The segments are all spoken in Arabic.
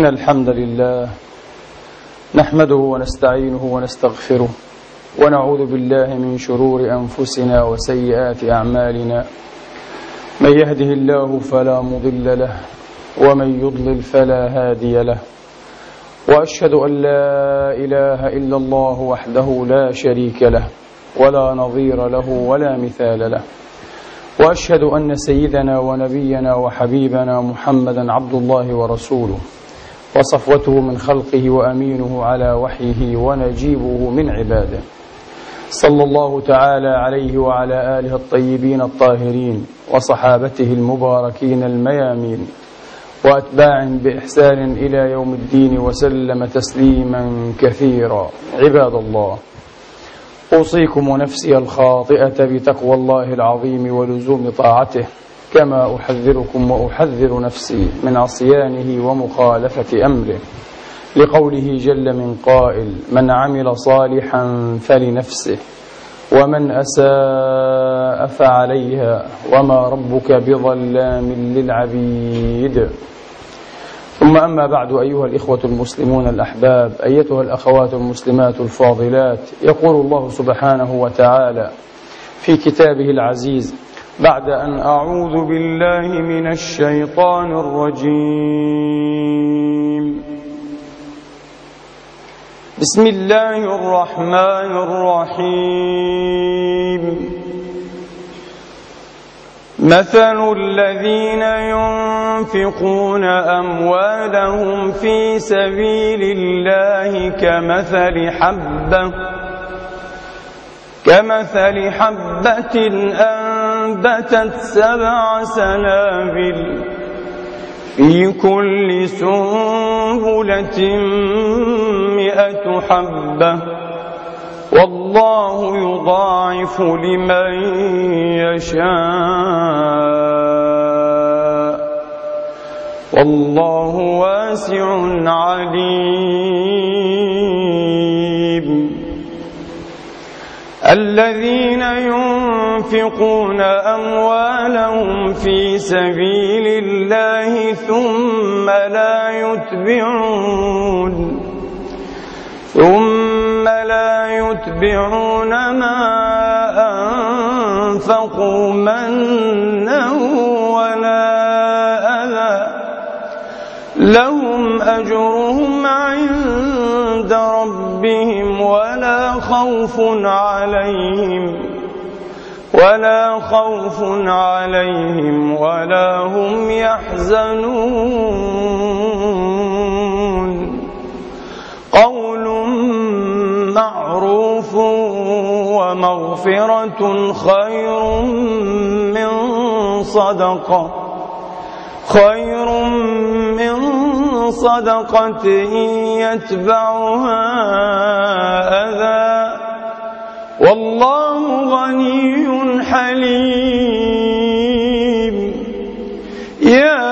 إن الحمد لله نحمده ونستعينه ونستغفره ونعوذ بالله من شرور أنفسنا وسيئات أعمالنا. من يهده الله فلا مضل له ومن يضلل فلا هادي له، وأشهد أن لا إله إلا الله وحده لا شريك له ولا نظير له ولا مثال له، وأشهد أن سيدنا ونبينا وحبيبنا محمدا عبد الله ورسوله وصفوته من خلقه وأمينه على وحيه ونجيبه من عباده، صلى الله تعالى عليه وعلى آله الطيبين الطاهرين وصحابته المباركين الميامين وأتباع بإحسان إلى يوم الدين وسلم تسليما كثيرا. عباد الله، أوصيكم ونفسي الخاطئة بتقوى الله العظيم ولزوم طاعته، كما أحذركم وأحذر نفسي من عصيانه ومخالفة أمره، لقوله جل من قائل: من عمل صالحا فلنفسه ومن أساء فعليها وما ربك بظلام للعبيد. ثم أما بعد، أيها الإخوة المسلمون الأحباب، أيتها الأخوات المسلمات الفاضلات، يقول الله سبحانه وتعالى في كتابه العزيز بعد أن أعوذ بالله من الشيطان الرجيم: بسم الله الرحمن الرحيم. مثل الذين ينفقون أموالهم في سبيل الله كمثل حبة أنبتت 7 سنابل في كل سنبلة 100 حبة، والله يضاعف لمن يشاء، والله واسع عليم. الذين ينفقون أموالهم في سبيل الله ثم لا يتبعون ما أنفقوا منا ولا أذى، لهم أجرهم عند ربهم ولا خوف عليهم ولا هم يحزنون. قول معروف ومغفرة خير من صدقة يتبعها أذى، والله غني حليم. يا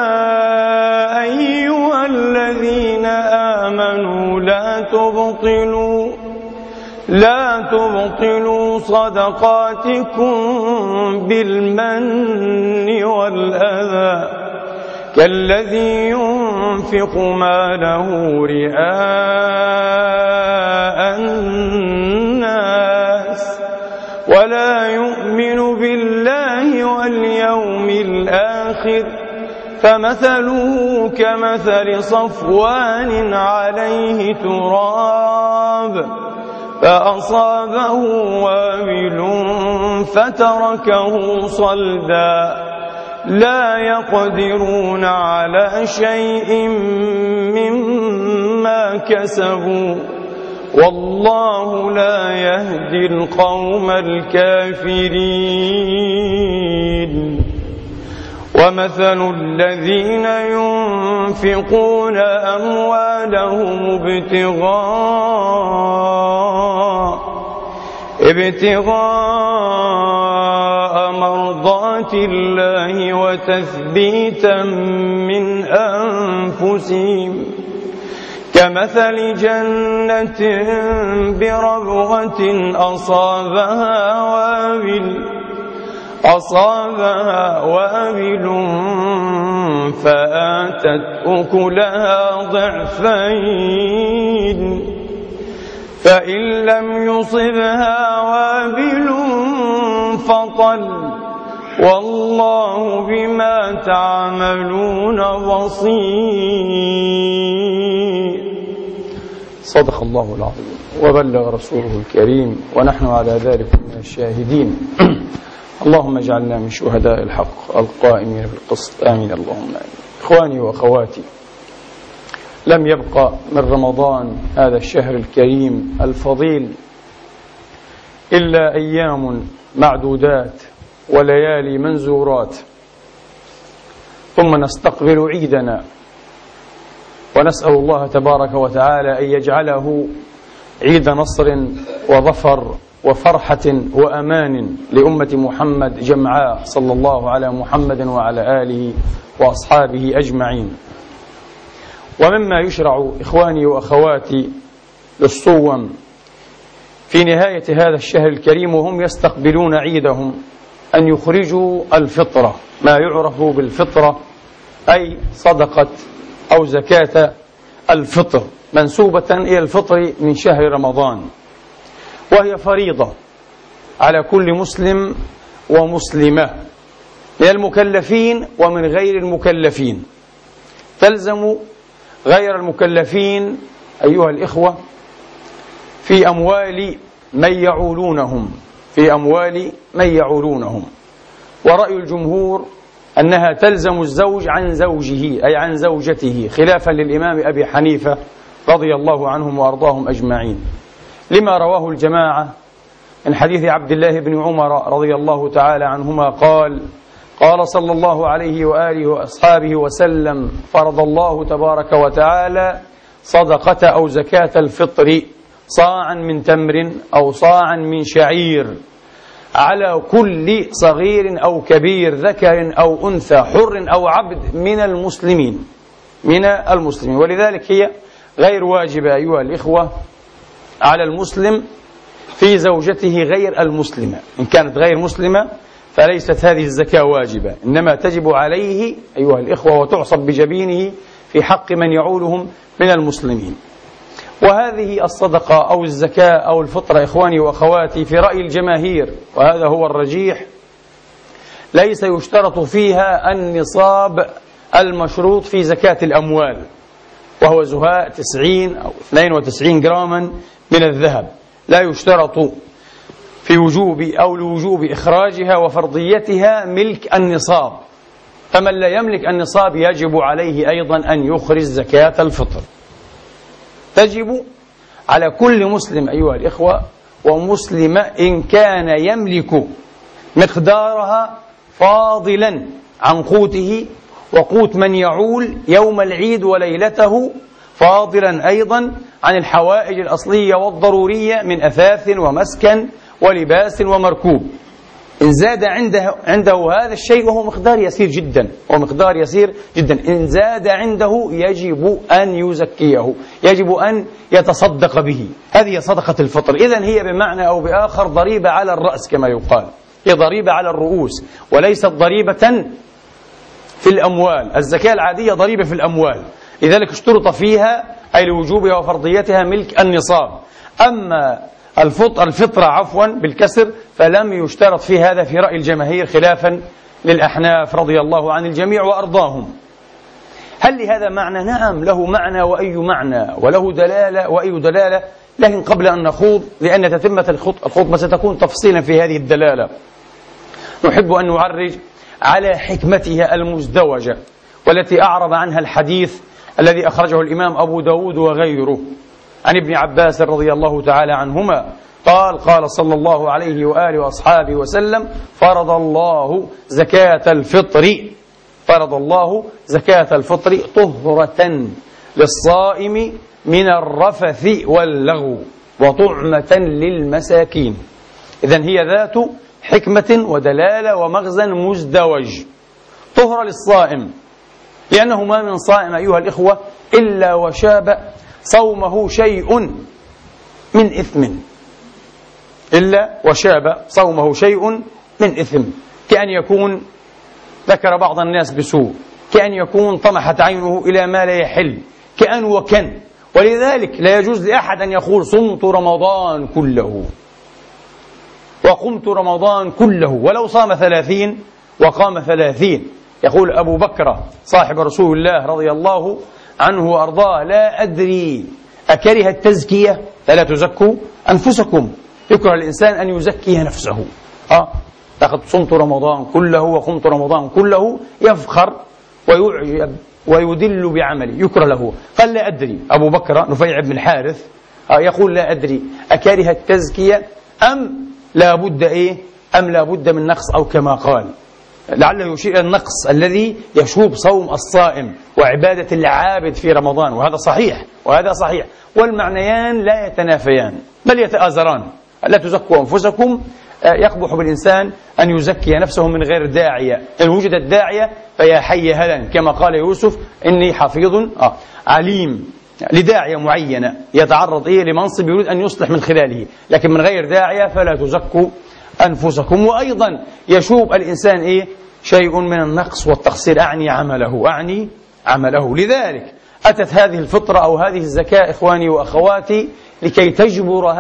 أيها الذين آمنوا لا تبطلوا صدقاتكم بالمن والأذى، كالذي ينفق ماله رئاء الناس ولا يؤمن بالله واليوم الآخر، فمثله كمثل صفوان عليه تراب فأصابه وابل فتركه صلدا، لا يقدرون على شيء مما كسبوا، والله لا يهدي القوم الكافرين. ومثل الذين ينفقون أموالهم ابتغاء مرضات الله وتثبيتا من أنفسهم، كمثل جنة بربوة أصابها وابل فآتت أكلها ضعفين فإن لم يصبها وابل فطل والله بما تعملون بصير. صدق الله العظيم وبلغ رسوله الكريم ونحن على ذلك من الشاهدين. اللهم اجعلنا من شهداء الحق القائمين بالقسط آمين اللهم آمين. إخواني وأخواتي، لم يبقى من رمضان هذا الشهر الكريم الفضيل إلا أيام معدودات وليالي منزورات، ثم نستقبل عيدنا، ونسأل الله تبارك وتعالى أن يجعله عيد نصر وظفر وفرحة وأمان لأمة محمد جمعاء صلى الله على محمد وعلى آله وأصحابه أجمعين. ومما يشرع إخواني وأخواتي للصوم في نهاية هذا الشهر الكريم وهم يستقبلون عيدهم أن يخرجوا الفطرة، ما يعرف بالفطرة، أي صدقة أو زكاة الفطر، منسوبة إلى الفطر من شهر رمضان، وهي فريضة على كل مسلم ومسلمة من المكلفين ومن غير المكلفين. تلزم غير المكلفين أيها الإخوة في أموال من يعولونهم، ورأي الجمهور أنها تلزم الزوج عن زوجه أي عن زوجته، خلافا للإمام أبي حنيفة رضي الله عنهم وأرضاهم أجمعين، لما رواه الجماعة من حديث عبد الله بن عمر رضي الله تعالى عنهما قال صلى الله عليه وآله وأصحابه وسلم: فرض الله تبارك وتعالى صدقة أو زكاة الفطر صاعا من تمر أو صاعا من شعير على كل صغير أو كبير ذكر أو أنثى حر أو عبد من المسلمين. ولذلك هي غير واجبة أيها الإخوة على المسلم في زوجته غير المسلمة. إن كانت غير مسلمة فليست هذه الزكاة واجبة، إنما تجب عليه أيها الإخوة وتعصب بجبينه في حق من يعولهم من المسلمين. وهذه الصدقة أو الزكاة أو الفطرة إخواني وأخواتي في رأي الجماهير، وهذا هو الرجيح، ليس يشترط فيها النصاب المشروط في زكاة الأموال، وهو زهاء 90 أو 92 جراما من الذهب، لا يشترط في وجوب أو لوجوب إخراجها وفرضيتها ملك النصاب، فمن لا يملك النصاب يجب عليه أيضا أن يخرج زكاة الفطر. تجب على كل مسلم أيها الإخوة ومسلمة إن كان يملك مقدارها فاضلا عن قوته وقوت من يعول يوم العيد وليلته، فاضلا أيضا عن الحوائج الأصلية والضرورية من أثاث ومسكن ولباس ومركوب. إن زاد عنده هذا الشيء وهو مقدار يسير جدا، إن زاد عنده يجب أن يزكيه، يجب أن يتصدق به. هذه صدقة الفطر. إذن هي بمعنى أو بآخر ضريبة على الرأس كما يقال، هي ضريبة على الرؤوس وليست ضريبة في الأموال. الزكاة العادية ضريبة في الأموال، لذلك اشترط فيها أي لوجوبها وفرضيتها ملك النصاب. أما الفطرة بالكسر فلم يشترط في هذا في رأي الجماهير، خلافا للأحناف رضي الله عن الجميع وأرضاهم. هل لهذا معنى؟ نعم له معنى، وأي معنى، وله دلالة وأي دلالة. لكن قبل أن نخوض، لأن تتمة الخطبة ستكون تفصيلا في هذه الدلالة، نحب أن نعرج على حكمتها المزدوجة والتي أعرب عنها الحديث الذي أخرجه الإمام أبو داود وغيره عن ابن عباس رضي الله تعالى عنهما قال صلى الله عليه وآله وأصحابه وسلم: فرض الله زكاة الفطر طهرة للصائم من الرفث واللغو وطعمة للمساكين. إذن هي ذات حكمة ودلالة ومغزى مزدوج. طهرة للصائم لأنه ما من صائم أيها الإخوة إلا وشاب صومه شيء من إثم، كأن يكون ذكر بعض الناس بسوء، كأن يكون طمحت عينه إلى ما لا يحل، كأن وكن. ولذلك لا يجوز لأحد أن يقول صمت رمضان كله وقمت رمضان كله، ولو صام 30 وقام 30. يقول أبو بكر صاحب رسول الله رضي الله عنه وأرضاه: لا أدري أكره التزكية، فلا تزكوا أنفسكم. يكره الإنسان أن يزكي نفسه. لقد صمت رمضان كله وقمت رمضان كله، يفخر ويعجب ويدل بعمله، يكره له. قال: لا أدري. أبو بكر نفيع بن الحارث يقول: لا أدري أكره التزكية أم لا بد من نقص، أو كما قال، لعله يشير إلى النقص الذي يشوب صوم الصائم وعبادة العابد في رمضان، وهذا صحيح وهذا صحيح، والمعنيان لا يتنافيان بل يتآزران. لا تزكوا أنفسكم، يقبح بالإنسان أن يزكي نفسه من غير داعية. إن وجدت داعية فيا حي هلا، كما قال يوسف: إني حفيظ عليم، لداعية معينة يتعرض لمنصب يريد أن يصلح من خلاله، لكن من غير داعية فلا تزكوا أنفسكم. وأيضا يشوب الإنسان شيء من النقص والتقصير، أعني عمله. لذلك أتت هذه الفطرة أو هذه الزكاة إخواني وأخواتي لكي تجبر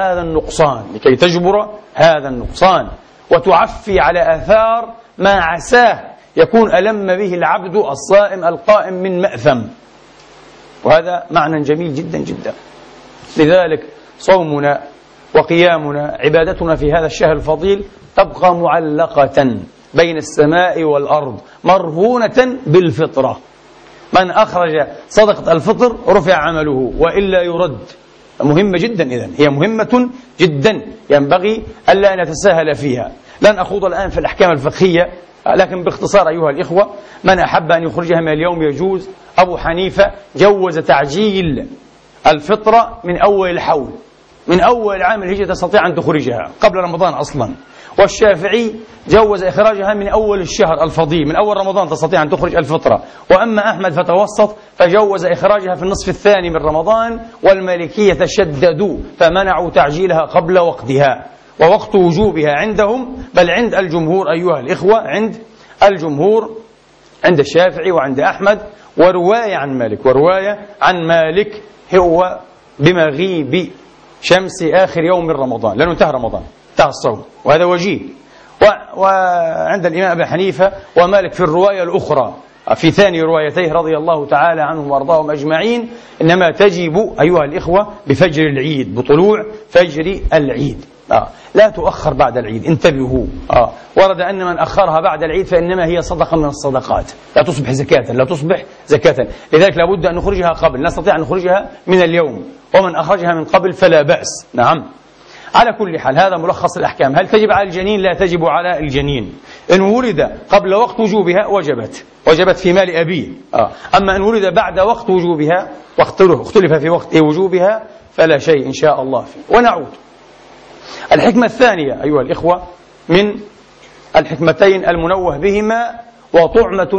هذا النقصان وتعفي على آثار ما عساه يكون ألم به العبد الصائم القائم من مأثم. وهذا معنى جميل جدا جدا. لذلك صومنا وقيامنا، عبادتنا في هذا الشهر الفضيل، تبقى معلقة بين السماء والأرض، مرهونة بالفطرة. من أخرج صدقة الفطر رفع عمله وإلا يرد. مهمة جدا، إذن هي مهمة جدا ينبغي ألا نتساهل فيها. لن أخوض الآن في الأحكام الفقهية، لكن باختصار أيها الإخوة، من أحب أن يخرجها من اليوم يجوز. أبو حنيفة جوز تعجيل الفطرة من أول الحول، من أول عام الهجرة تستطيع أن تخرجها قبل رمضان أصلا. والشافعي جوز إخراجها من أول الشهر الفضيل، من أول رمضان تستطيع أن تخرج الفطرة. وأما أحمد فتوسط فجوز إخراجها في النصف الثاني من رمضان. والمالكية شددوا فمنعوا تعجيلها قبل وقتها ووقت وجوبها عندهم، بل عند الجمهور أيها الإخوة، عند الجمهور، عند الشافعي وعند أحمد، ورواية عن مالك هو بمغيب شمس آخر يوم من رمضان، لأنه انتهى رمضان، انتهى الصوم، وهذا وجيه. وعند الإمام أبي حنيفة ومالك في الرواية الأخرى، في ثاني روايتيه رضي الله تعالى عنهم وارضاهم أجمعين، إنما تجب أيها الإخوة بفجر العيد، بطلوع فجر العيد، لا تؤخر بعد العيد. انتبهوا، ورد أن من أخرها بعد العيد فإنما هي صدقة من الصدقات، لا تصبح زكاة. لذلك لابد أن نخرجها قبل، نستطيع أن نخرجها من اليوم، ومن أخرجها من قبل فلا بأس. نعم. على كل حال هذا ملخص الأحكام. هل تجب على الجنين؟ لا تجب على الجنين. إن ولد قبل وقت وجوبها وجبت في مال أبيه. أما إن ولد بعد وقت وجوبها واختلف في وقت وجوبها فلا شيء إن شاء الله فيه. ونعود. الحكمة الثانية أيها الإخوة من الحكمتين المنوه بهما، وطعمة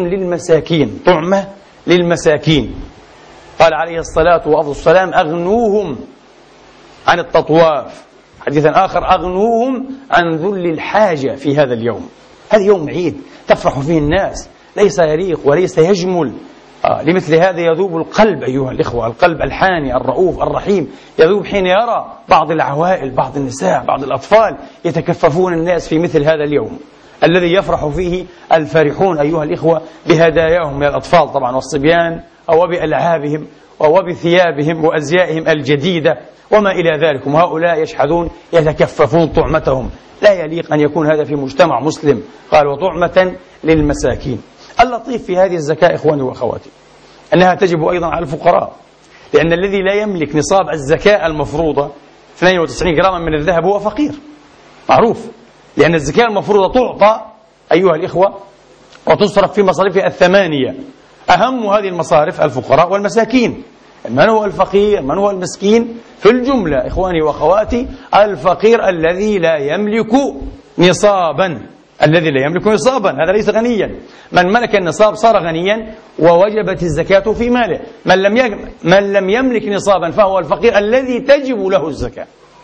للمساكين. قال عليه الصلاة والسلام: أغنوهم عن التطواف. حديثا آخر: أغنوهم عن ذل الحاجة في هذا اليوم. هذا يوم عيد تفرح فيه الناس، ليس يليق وليس يجمل. لمثل هذا يذوب القلب أيها الإخوة، القلب الحاني الرؤوف الرحيم يذوب حين يرى بعض العوائل، بعض النساء، بعض الأطفال يتكففون الناس في مثل هذا اليوم الذي يفرح فيه الفرحون أيها الإخوة بهداياهم من الأطفال طبعا والصبيان، أو بألعابهم وبثيابهم وأزيائهم الجديدة وما إلى ذلك. وهؤلاء يشحذون يتكففون طعمتهم. لا يليق أن يكون هذا في مجتمع مسلم. قال: وطعمة للمساكين. اللطيف في هذه الزكاة إخواني وأخواتي أنها تجب أيضا على الفقراء، لأن الذي لا يملك نصاب الزكاة المفروضة 92 جراما من الذهب هو فقير معروف، لأن الزكاة المفروضة تعطى أيها الإخوة وتصرف في مصاريفها 8. أهم هذه المصارف الفقراء والمساكين. من هو الفقير؟ من هو المسكين؟ في الجملة إخواني وأخواتي الفقير الذي لا يملك نصابا، هذا ليس غنيا. من ملك النصاب صار غنيا ووجبت الزكاة في ماله. من لم يملك نصابا فهو الفقير الذي تجب له الزكاة،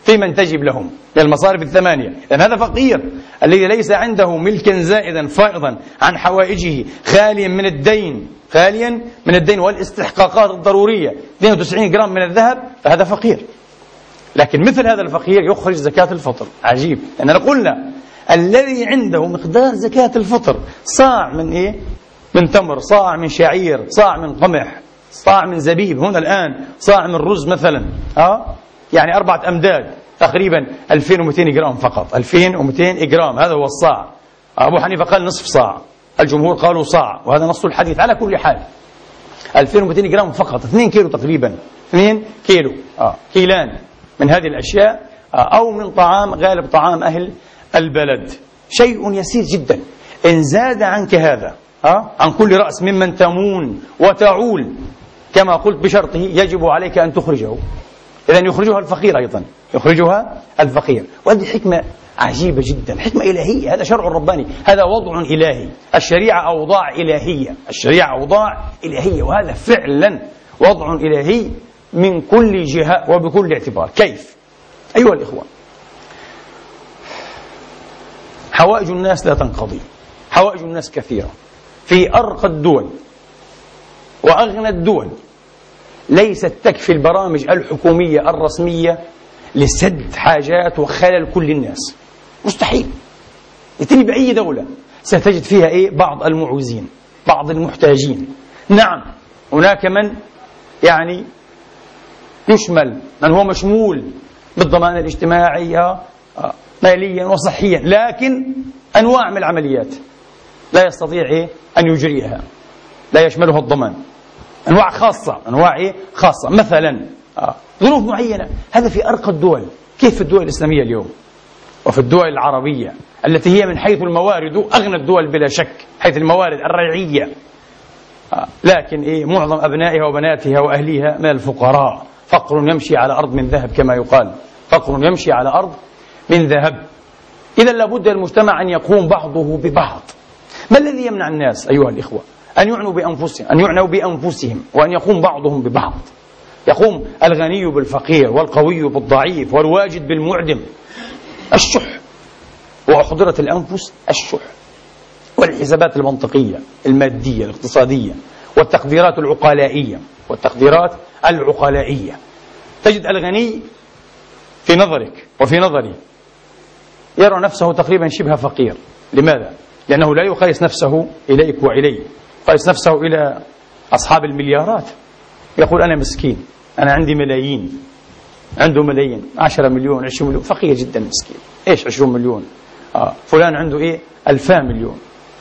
في من تجب لهم من المصارف الثمانية، لأن هذا فقير الذي ليس عنده ملكا زائدا فائضا عن حوائجه، خاليا من الدين والاستحقاقات الضرورية، 92 جرام من الذهب، فهذا فقير. لكن مثل هذا الفقير يخرج زكاة الفطر. عجيب، لأننا قلنا الذي عنده مقدار زكاة الفطر صاع من إيه؟ من تمر، صاع من شعير، صاع من قمح، صاع من زبيب، هنا الآن صاع من رز مثلا، يعني 4 أمداد تقريبا 2200 جرام فقط، 2200 جرام، هذا هو الصاع. أبو حنيفة قال نصف صاع، الجمهور قالوا صاع، وهذا نص الحديث. على كل حال 2200 جرام فقط، 2 كيلو تقريبا، 2 كيلو، كيلان من هذه الأشياء، أو من طعام غالب طعام أهل البلد، شيء يسير جدا. إن زاد عنك هذا عن كل رأس ممن تمون وتعول كما قلت بشرطه، يجب عليك أن تخرجه. إذن يخرجها الفقير أيضا، يخرجها الفقير. وهذه حكمة عجيبة جدا، حكمة إلهية، هذا شرع رباني، هذا وضع إلهي. الشريعة أوضاع إلهية، الشريعة أوضاع إلهية، وهذا فعلا وضع إلهي من كل جهة وبكل اعتبار. كيف؟ أيها الإخوة، حوائج الناس لا تنقضي، حوائج الناس كثيرة. في أرقى الدول وأغنى الدول ليست تكفي البرامج الحكومية الرسمية لسد حاجات وخلل كل الناس، مستحيل. يتني بأي دولة ستجد فيها بعض المعوزين، بعض المحتاجين. نعم، هناك من يعني يشمل، من هو مشمول بالضمان الاجتماعي ماليا وصحيا، لكن أنواع من العمليات لا يستطيع أن يجريها، لا يشملها الضمان. أنواع خاصة، أنواع خاصة، مثلا ظروف معينة. هذا في أرقى الدول. كيف في الدول الإسلامية اليوم وفي الدول العربية التي هي من حيث الموارد أغنى الدول بلا شك، حيث الموارد الريعية، لكن معظم أبنائها وبناتها وأهليها من الفقراء. فقر يمشي على أرض من ذهب كما يقال، فقر يمشي على أرض من ذهب. إذا لابد المجتمع أن يقوم بعضه ببعض. ما الذي يمنع الناس أيها الإخوة أن يعنوا بأنفسهم وأن يقوم بعضهم ببعض؟ يقوم الغني بالفقير والقوي بالضعيف والواجد بالمعدم. الشح، وأحضرت الأنفس الشح، والحسابات المنطقية المادية الاقتصادية والتقديرات العقلائية. تجد الغني في نظرك وفي نظري يرى نفسه تقريبا شبه فقير. لماذا؟ لأنه لا يقيس نفسه إليك وإلي، يقيس نفسه إلى أصحاب المليارات. يقول أنا مسكين، أنا عندي ملايين، عنده ملايين، 10 مليون 20 مليون، فقير جدا مسكين. إيش 20 مليون؟ فلان عنده 2000 مليون،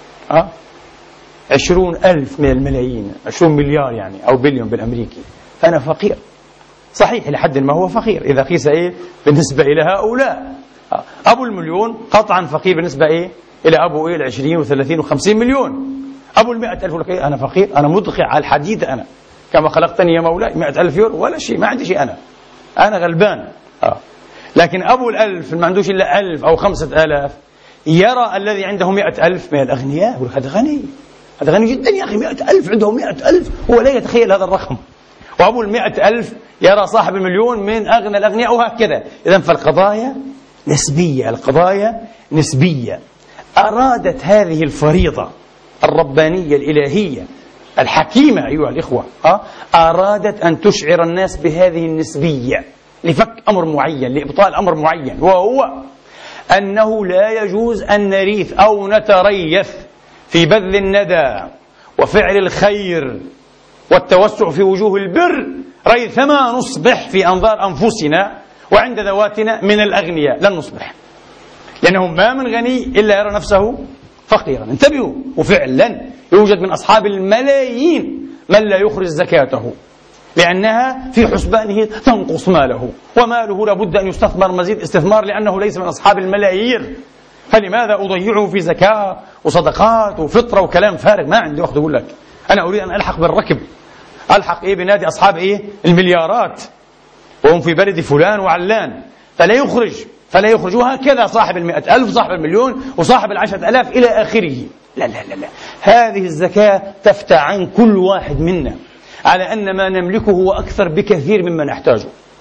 20,000 من الملايين، 20 مليار يعني، أو بليون بالأمريكي، فأنا فقير. صحيح إلى حد ما هو فقير إذا قيس بالنسبة إلى هؤلاء. أبو المليون قطعا فقير بالنسبة إلى أبو 20 و30 و50 مليون. أبو 100,000 يقول لك أنا فقير، أنا مدقع على الحديد، أنا كما خلقتني يا مولاي، 100,000 يورو ولا شيء، ما عندي شيء، أنا غلبان. لكن أبو 1000 ما عندوش إلا 1000 أو 5000، يرى الذي عنده 100,000 من الأغنياء، يقول هذا غني، هذا غني جدا يا أخي، 100,000 عنده 100,000، هو لا يتخيل هذا الرقم. وأبو 100,000 يرى صاحب المليون من أغنى الأغنياء، وهكذا. إذن فالقضايا نسبية، القضايا نسبية. أرادت هذه الفريضة الربانية الإلهية الحكيمة أيها الإخوة، أرادت أن تشعر الناس بهذه النسبية لفك أمر معين، لإبطال أمر معين، وهو أنه لا يجوز أن نريث أو نتريث في بذل الندى وفعل الخير والتوسع في وجوه البر ريثما نصبح في أنظار أنفسنا وعند ذواتنا من الأغنياء. لن نصبح، لأنه ما من غني إلا يرى نفسه فقيرا. انتبهوا، وفعلا يوجد من أصحاب الملايين من لا يخرج زكاته لأنها في حسبانه تنقص ماله، وماله لابد أن يستثمر مزيد استثمار لأنه ليس من أصحاب الملايير. فلماذا أضيعه في زكاة وصدقات وفطرة وكلام فارغ؟ ما عندي وقت أقول لك، أنا أريد أن ألحق بالركب، ألحق بنادي أصحاب المليارات، وهم في بلد فلان وعلان، فلا يخرج. وهكذا صاحب 100,000 صاحب المليون وصاحب 10,000 إلى آخره. لا لا لا لا، هذه الزكاة تفتح عن كل واحد منا على أن ما نملكه هو أكثر بكثير مما نحتاجه،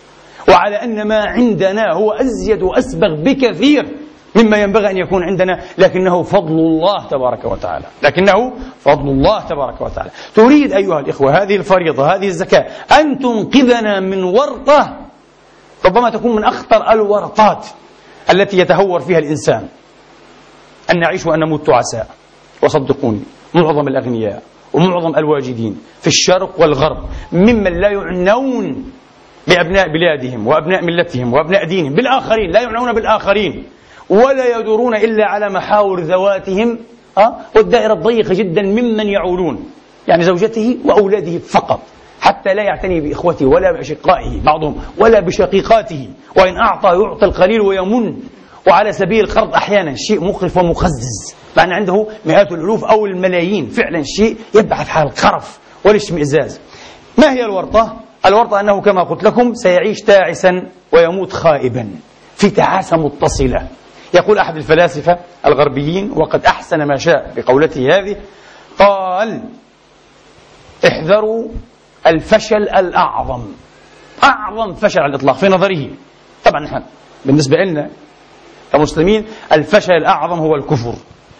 وعلى أن ما عندنا هو أزيد وأسبغ بكثير مما ينبغي أن يكون عندنا، لكنه فضل الله تبارك وتعالى، لكنه فضل الله تبارك وتعالى. تريد أيها الإخوة هذه الفريضة، هذه الزكاة، أن تنقذنا من ورطة ربما تكون من أخطر الورطات التي يتهور فيها الإنسان، أن نعيش وأن نموت تعساء. وصدقوني معظم الأغنياء ومعظم الواجدين في الشرق والغرب ممن لا يعنون بأبناء بلادهم وأبناء ملتهم وأبناء دينهم بالآخرين، لا يعنون بالآخرين ولا يدورون إلا على محاور ذواتهم، والدائرة الضيقة جدا ممن يعولون، يعني زوجته وأولاده فقط، حتى لا يعتني بإخوته ولا بأشقائه بعضهم ولا بشقيقاته، وإن أعطى يعطي القليل ويمن، وعلى سبيل القرض أحيانا شيء مقرف ومقزز، مع أن عنده مئات الألوف أو الملايين، فعلا شيء يبعث حال القرف والاشمئزاز. ما هي الورطة؟ الورطة أنه كما قلت لكم سيعيش تعسا ويموت خائبا في تعاسة متصلة. يقول أحد الفلاسفة الغربيين وقد أحسن ما شاء بقولته هذه، قال: احذروا الفشل الأعظم، أعظم فشل على الإطلاق في نظره. طبعا نحن بالنسبة لنا كمسلمين الفشل الأعظم هو الكفر،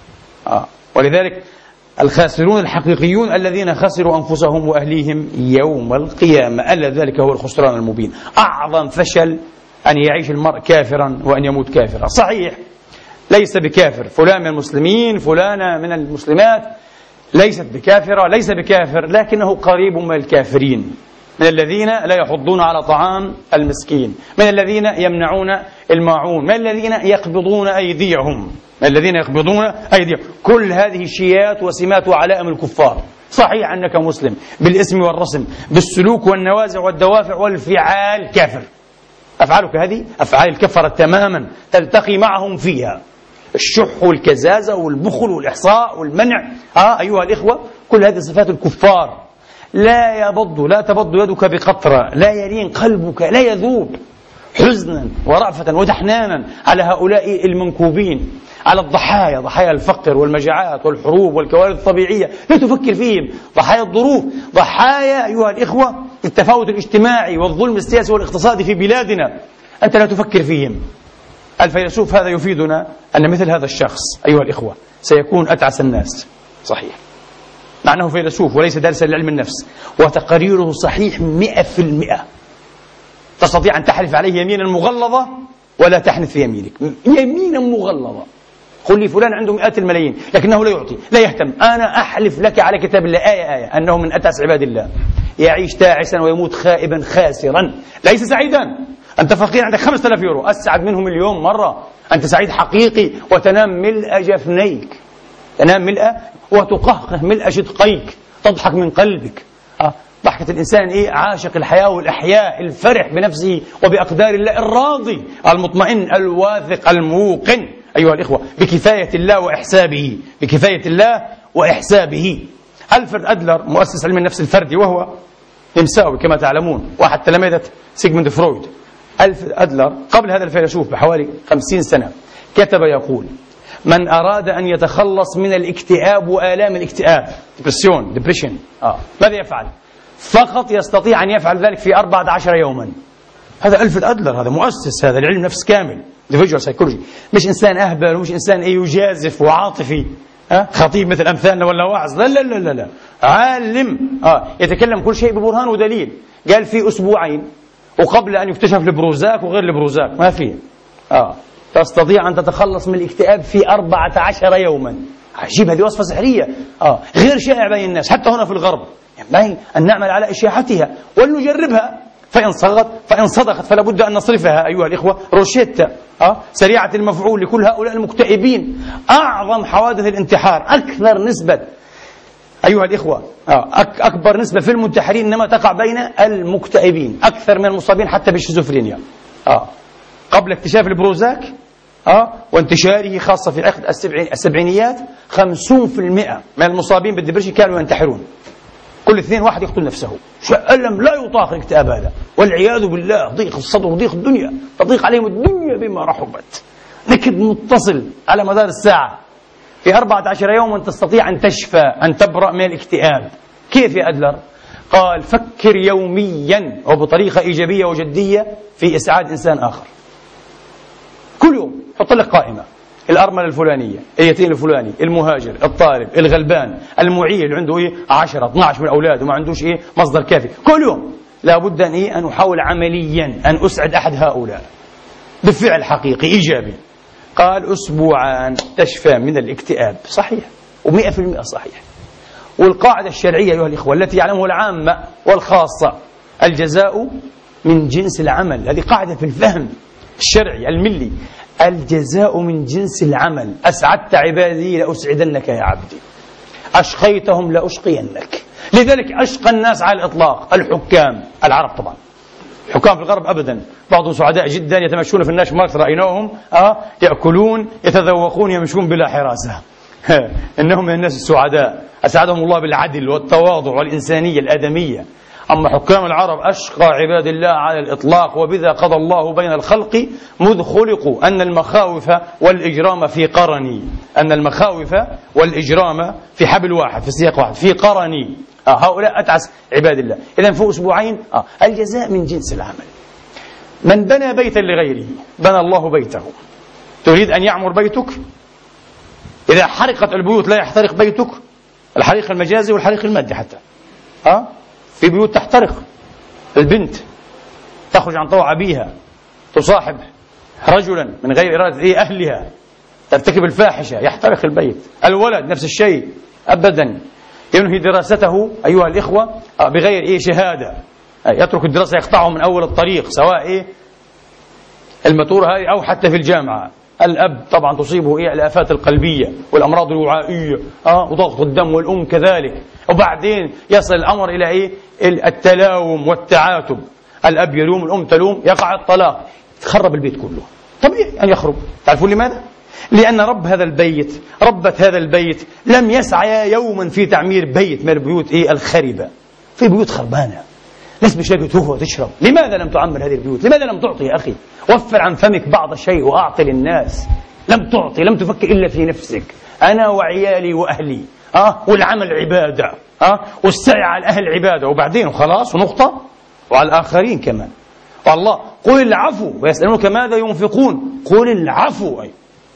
ولذلك الخاسرون الحقيقيون الذين خسروا أنفسهم وأهليهم يوم القيامة، ألا ذلك هو الخسران المبين. أعظم فشل أن يعيش المرء كافرا وأن يموت كافرا. صحيح ليس بكافر، فلان من المسلمين، فلانة من المسلمات ليست بكافرة، ليس بكافر، لكنه قريب من الكافرين، من الذين لا يحضون على طعام المسكين، من الذين يمنعون الماعون، من الذين يقبضون أيديهم، من الذين يقبضون أيديهم. كل هذه شيات وسمات وعلائم الكفار. صحيح أنك مسلم بالاسم والرسم، بالسلوك والنوازع والدوافع والفعال كافر. أفعالك هذه أفعال الكفرة تماما، تلتقي معهم فيها الشح والكزازة والبخل والإحصاء والمنع. أيها الإخوة كل هذه صفات الكفار. لا تبض يدك بقطرة، لا يلين قلبك، لا يذوب حزنا ورأفة وتحنانا على هؤلاء المنكوبين، على الضحايا، ضحايا الفقر والمجاعات والحروب والكوارث الطبيعية. لا تفكر فيهم، ضحايا الظروف، ضحايا أيها الإخوة التفاوت الاجتماعي والظلم السياسي والاقتصادي في بلادنا، أنت لا تفكر فيهم. الفيلسوف هذا يفيدنا أن مثل هذا الشخص أيها الإخوة سيكون أتعس الناس. صحيح، مع أنه فيلسوف وليس دارسا لعلم النفس، وتقاريره صحيح 100%. تستطيع أن تحلف عليه يمينا مغلظة ولا تحنث في يمينك، يمينا مغلظة. قل لي فلان عنده مئات الملايين لكنه لا يعطي، لا يهتم، أنا أحلف لك على كتاب الله آية أنه من أتعس عباد الله. يعيش تعسا ويموت خائبا خاسرا، ليس سعيدا. أنت فقير عندك 5000 يورو، أسعد منهم مليون مرة. أنت سعيد حقيقي وتنام ملء جفنيك، تنام ملء وتقهقه ملء شدقيك، تضحك من قلبك. ضحكة الإنسان عاشق الحياة والأحياء، الفرح بنفسه وبأقدار الله، الراضي المطمئن الواثق الموقن أيها الإخوة بكفاية الله وإحسابه، بكفاية الله وإحسابه. ألفرد أدلر مؤسس علم النفس الفردي، وهو نمساوي كما تعلمون، واحد تلامذة سيغموند فرويد. ألفرد أدلر قبل هذا الفيلسوف بحوالي 50 سنة كتب يقول: من أراد أن يتخلص من الاكتئاب وآلام الاكتئاب، ديبريشن، ماذا يفعل؟ فقط يستطيع أن يفعل ذلك في 14 يوما. هذا ألفرد أدلر، هذا مؤسس هذا العلم نفس كامل، individual psychology، مش إنسان أهبل ومش إنسان يجازف وعاطفي، خطيب مثل أمثالنا ولا واعظ، لا لا لا لا، عالم يتكلم كل شيء ببرهان ودليل. قال في أسبوعين وقبل أن يكتشف البروزاك وغير البروزاك ما فيه، تستطيع أن تتخلص من الاكتئاب في 14 يوما. عجيب، هذه وصفة سحرية غير شائع بين الناس حتى هنا في الغرب. ينبغي أن نعمل على إشاعتها ولنجربها، فإن صدقت فلا بد أن نصرفها أيها الإخوة روشيتا سريعة المفعول لكل هؤلاء المكتئبين. أعظم حوادث الانتحار، أكثر نسبة أيها الإخوة، أكبر نسبة في المنتحرين إنما تقع بين المكتئبين، أكثر من المصابين حتى بالشيزوفرينيا. قبل اكتشاف البروزاك وانتشاره خاصة في عقد السبعينيات 50% من المصابين بالدبرشن كانوا ينتحرون. كل 2 واحد يقتل نفسه. ألم لا يطاق الاكتئاب هذا، والعياذ بالله. ضيق الصدر وضيق الدنيا، تضيق عليهم الدنيا بما رحبت، نكد متصل على مدار الساعة. في 14 يوما تستطيع أن تشفى، أن تبرأ من الاكتئاب. كيف يا أدلر؟ قال فكر يوميا وبطريقة إيجابية وجدية في إسعاد إنسان آخر. كل يوم حط لك قائمة: الأرملة الفلانية، اليتيم الفلاني، المهاجر، الطالب، الغلبان، المعيل اللي عنده 10 12 من أولاد وما عندوش مصدر كافي. كل يوم لابد أن أحاول عمليا أن أسعد أحد هؤلاء بفعل حقيقي إيجابي. قال أسبوعان تشفى من الاكتئاب. صحيح، و100% صحيح. والقاعدة الشرعية أيها الإخوة التي يعلمها العامة والخاصة: الجزاء من جنس العمل. هذه قاعدة في الفهم الشرعي الملي. الجزاء من جنس العمل. أسعدت عبادي لأسعدنك يا عبدي، أشقيتهم لأشقينك. لذلك أشقى الناس على الإطلاق الحكام العرب. طبعا حكام في الغرب أبدا بعضهم سعداء جدا، يتمشون في الناس ماركت رأيناهم يأكلون يتذوقون يمشون بلا حراسة. إنهم من الناس السعداء أسعدهم الله بالعدل والتواضع والإنسانية الآدمية. أما حكام العرب أشقى عباد الله على الإطلاق. وبذا قضى الله بين الخلق مذ خلقوا أن المخاوف والإجرام في قرني. أن المخاوف والإجرام في حبل واحد، في سياق واحد، في قرني. هؤلاء أتعس عباد الله. إذن في أسبوعين الجزاء من جنس العمل. من بنى بيتا لغيره بنى الله بيته. تريد أن يعمر بيتك؟ إذا حرقت البيوت لا يحترق بيتك. الحريق المجازي والحريق المادي حتى. في بيوت تحترق. البنت تخرج عن طوع أبيها، تصاحب رجلا من غير إرادة أهلها، ترتكب الفاحشة، يحترق البيت. الولد نفس الشيء أبدا، ينهي دراسته أيها الإخوة بغير شهادة، يترك الدراسة، يقطعه من أول الطريق، سواء الماتورة هذه أو حتى في الجامعة. الأب طبعا تصيبه الآفات القلبية والأمراض الوعائية وضغط الدم، والأم كذلك. وبعدين يصل الأمر إلى التلاوم والتعاتب. الأب يلوم، الأم تلوم، يقع الطلاق، تخرب البيت كله. طبيعي أن يخرب. تعرفون لماذا؟ لأن رب هذا البيت، ربة هذا البيت لم يسعى يوما في تعمير بيت من البيوت الخربة. في بيوت خربانة، ناس مش لاقي تهوى وتشرب. لماذا لم تعمر هذه البيوت؟ لماذا لم تعطي يا أخي؟ وفر عن فمك بعض الشيء وأعطي للناس. لم تعطي، لم تفكر إلا في نفسك. أنا وعيالي وأهلي والعمل عبادة والسعي على الأهل عبادة، وبعدين وخلاص ونقطة. وعلى الآخرين كمان. والله قل العفو ويسألونك ماذا ينفقون، قل العفو.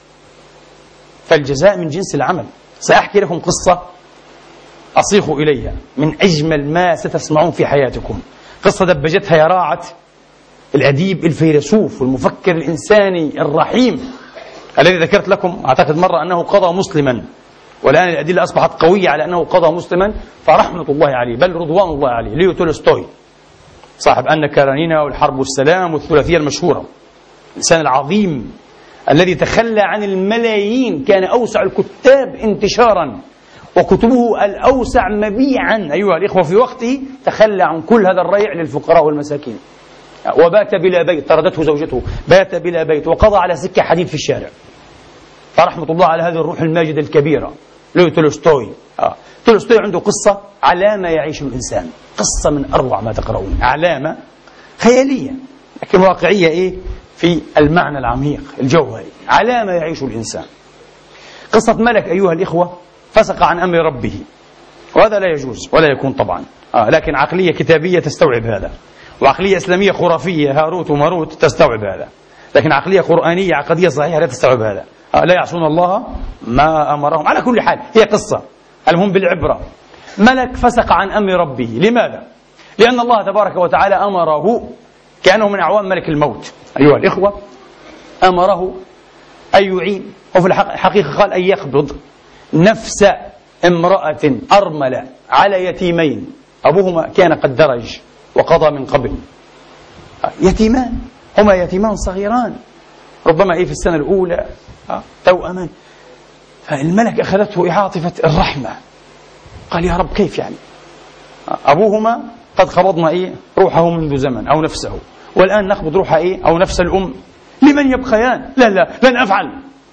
فالجزاء من جنس العمل. سأحكي لكم قصة أصيغ إليها من أجمل ما ستسمعون في حياتكم. قصة دبجتها يراعة الأديب الفيلسوف والمفكر الإنساني الرحيم الذي ذكرت لكم أعتقد مرة أنه قضى مسلما، والآن الأدلة أصبحت قوية على أنه قضى مسلما، فرحمة الله عليه بل رضوان الله عليه. ليو تولستوي صاحب أن كارانينا والحرب والسلام والثلاثية المشهورة، الإنسان العظيم الذي تخلى عن الملايين، كان أوسع الكتاب انتشارا وكتبه الأوسع مبيعا أيها الإخوة في وقته. تخلى عن كل هذا الريع للفقراء والمساكين، وبات بلا بيت، طردته زوجته، بات بلا بيت، وقضى على سكة حديد في الشارع. فرحمة الله على هذه الروح الماجدة الكبيرة ليو تولستوي. تولستوي عنده قصة على ما يعيش الإنسان، قصة من أروع ما تقرؤون، علامة خيالية لكن واقعية في المعنى العميق الجوهري، على ما يعيش الإنسان. قصة ملك أيها الإخوة فسق عن أمر ربه، وهذا لا يجوز ولا يكون طبعا، لكن عقلية كتابية تستوعب هذا، وعقلية إسلامية خرافية هاروت وماروت تستوعب هذا، لكن عقلية قرآنية عقدية صحيحة لا تستوعب هذا. لا يعصون الله ما أمرهم. على كل حال هي قصة، المهم بالعبرة. ملك فسق عن أمر ربه. لماذا؟ لأن الله تبارك وتعالى أمره، كأنه من أعوان ملك الموت أيها الإخوة، أمره أن يعين، وفي الحقيقة قال أن يقبض نفس امرأة أرملة على يتيمين أبوهما كان قد درج وقضى من قبل. يتيمان، هما يتيمان صغيران ربما في السنة الأولى توأمان. فالملك أخذته عاطفة الرحمة، قال يا رب كيف يعني أبوهما قد قبضنا روحه منذ زمن أو نفسه، والآن نقبض روح أو نفس الأم، لمن يبقيان؟ لا لن أفعل.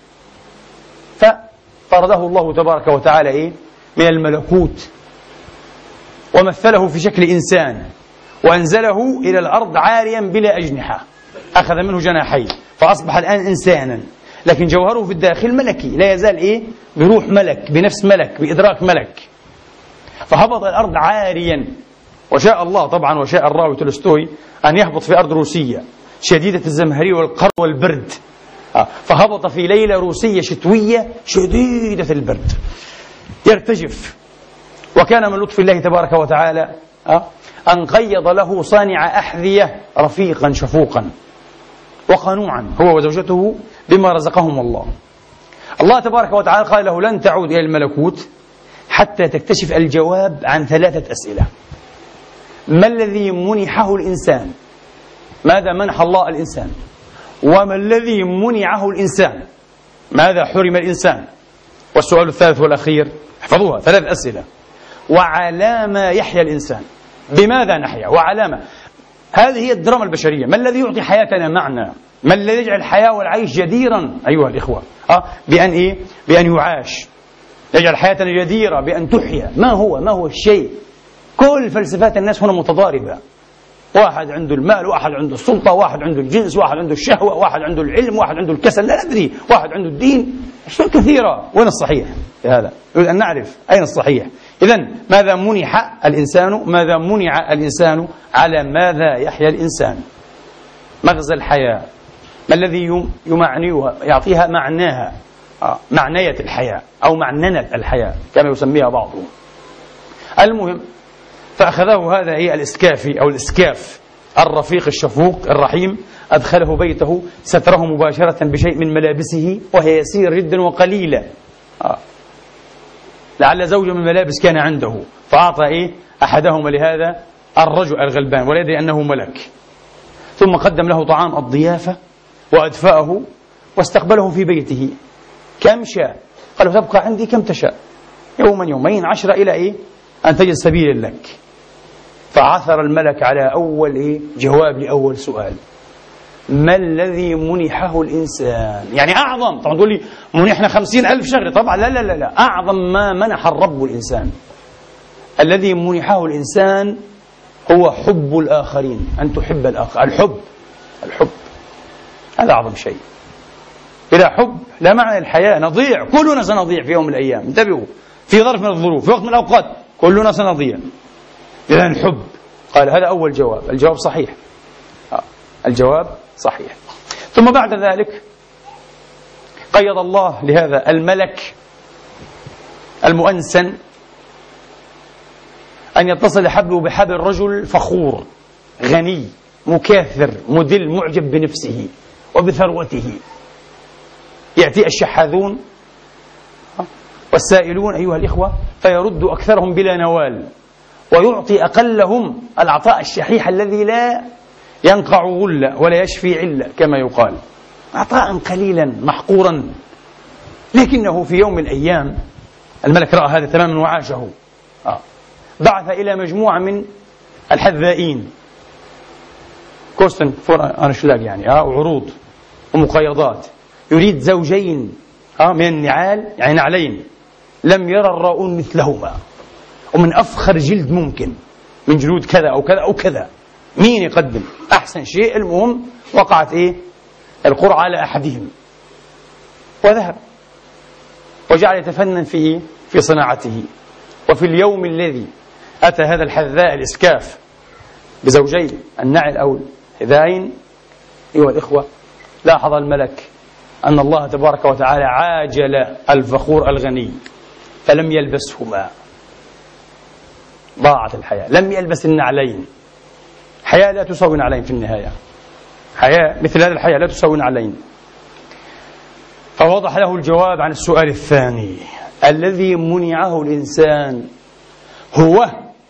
فطرده الله تبارك وتعالى من الملكوت ومثله في شكل إنسان، وأنزله إلى الأرض عاريا بلا أجنحة، أخذ منه جناحين فأصبح الآن إنسانا، لكن جوهره في الداخل ملكي، لا يزال بروح ملك، بنفس ملك، بإدراك ملك. فهبط الأرض عاريا وشاء الله طبعا وشاء الراوي تولستوي أن يهبط في أرض روسية شديدة الزمهرير والقر والبرد، فهبط في ليلة روسية شتوية شديدة البرد يرتجف، وكان من لطف الله تبارك وتعالى أن قيض له صانع أحذية رفيقا شفوقا وقنوعا هو وزوجته بما رزقهم الله. الله تبارك وتعالى قال له: لن تعود إلى الملكوت حتى تكتشف الجواب عن 3 أسئلة. ما الذي منحه الإنسان؟ ماذا منح الله الإنسان؟ وما الذي منعه الإنسان؟ ماذا حرم الإنسان؟ والسؤال الثالث والأخير، احفظوها، 3 أسئلة. وعلى ما يحيا الإنسان؟ بماذا نحيا وعلى ما؟ هذه هي الدراما البشرية. ما الذي يعطي حياتنا معنى؟ ما الذي يجعل الحياة والعيش جديرا أيها الإخوة بأن بأن يعاش، يجعل حياتنا جديرة بأن تحيا. ما هو الشيء؟ كل فلسفات الناس هنا متضاربة، واحد عنده المال، واحد عنده السلطة، واحد عنده الجنس، واحد عنده الشهوة، واحد عنده العلم، واحد عنده الكسل، لا ندري، واحد عنده الدين، أشياء كثيرة. وين الصحيح في هذا؟ نريد أن نعرف أين الصحيح. إذن ماذا منح الإنسان؟ ماذا منع الإنسان؟ على ماذا يحيا الإنسان؟ مغزى الحياة، ما الذي يمعنيها، يعطيها معناها، معنية الحياة أو معننة الحياة كما يسميها بعضهم. المهم، فأخذه هذا هي الإسكافي أو الإسكاف الرفيق الشفوق الرحيم، أدخله بيته، ستره مباشرة بشيء من ملابسه وهي يسير جدا وقليلة، لعل زوج من ملابس كان عنده، فأعطى أحدهما لهذا الرجل الغلبان ولا يدري أنه ملك، ثم قدم له طعام الضيافة وأدفأه واستقبله في بيته. كم شاء؟ قال له: تبقى عندي كم تشاء، يوما يومين 10 إلى أن تجد سبيل لك. فعثر الملك على أول جواب لأول سؤال: ما الذي منحه الإنسان؟ يعني أعظم، طبعا تقول لي منحنا 50,000 شغلة، طبعا لا، أعظم ما منح الرب الإنسان، الذي منحه الإنسان هو حب الآخرين، أن تحب الآخر. الحب هذا أعظم شيء. إلى حب لا معنى الحياة، نضيع، كلنا سنضيع في يوم من الأيام، انتبهوا، في ظرف من الظروف، في وقت من الأوقات كلنا سنضيع. إذن الحب. قال هذا أول جواب، الجواب صحيح، الجواب صحيح. ثم بعد ذلك قيض الله لهذا الملك المؤنسن أن يتصل حبله بحبل رجل فخور غني مكاثر مدل معجب بنفسه وبثروته. يأتي الشحاذون والسائلون أيها الإخوة فيرد أكثرهم بلا نوال، ويعطي أقلهم العطاء الشحيح الذي لا ينقع غلة ولا يشفي علة كما يقال، عطاء قليلا محقورا. لكنه في يوم من الأيام الملك رأى هذا تماما وعاشه، بعث إلى مجموعة من الحذائين، كوستن فور أنشلاج يعني، وعروض ومقايضات، يريد زوجين من النعال، يعني نعلين لم يرى الراؤون مثلهما، ومن أفخر جلد ممكن، من جلود كذا أو كذا أو كذا، مين يقدم أحسن شيء؟ المهم وقعت القرعة على أحدهم، وذهب وجعل يتفنن في صناعته. وفي اليوم الذي أتى هذا الحذاء الإسكاف بزوجين النعل أو الحذاءين، أيها الإخوة، لاحظ الملك أن الله تبارك وتعالى عاجل الفخور الغني فلم يلبسهما، ضاعت الحياة، لم يلبس النعلين. حياة لا تساوي نعلين في النهاية، حياة مثل هذه الحياة لا تساوي نعلين. فوضح له الجواب عن السؤال الثاني: الذي منعه الإنسان هو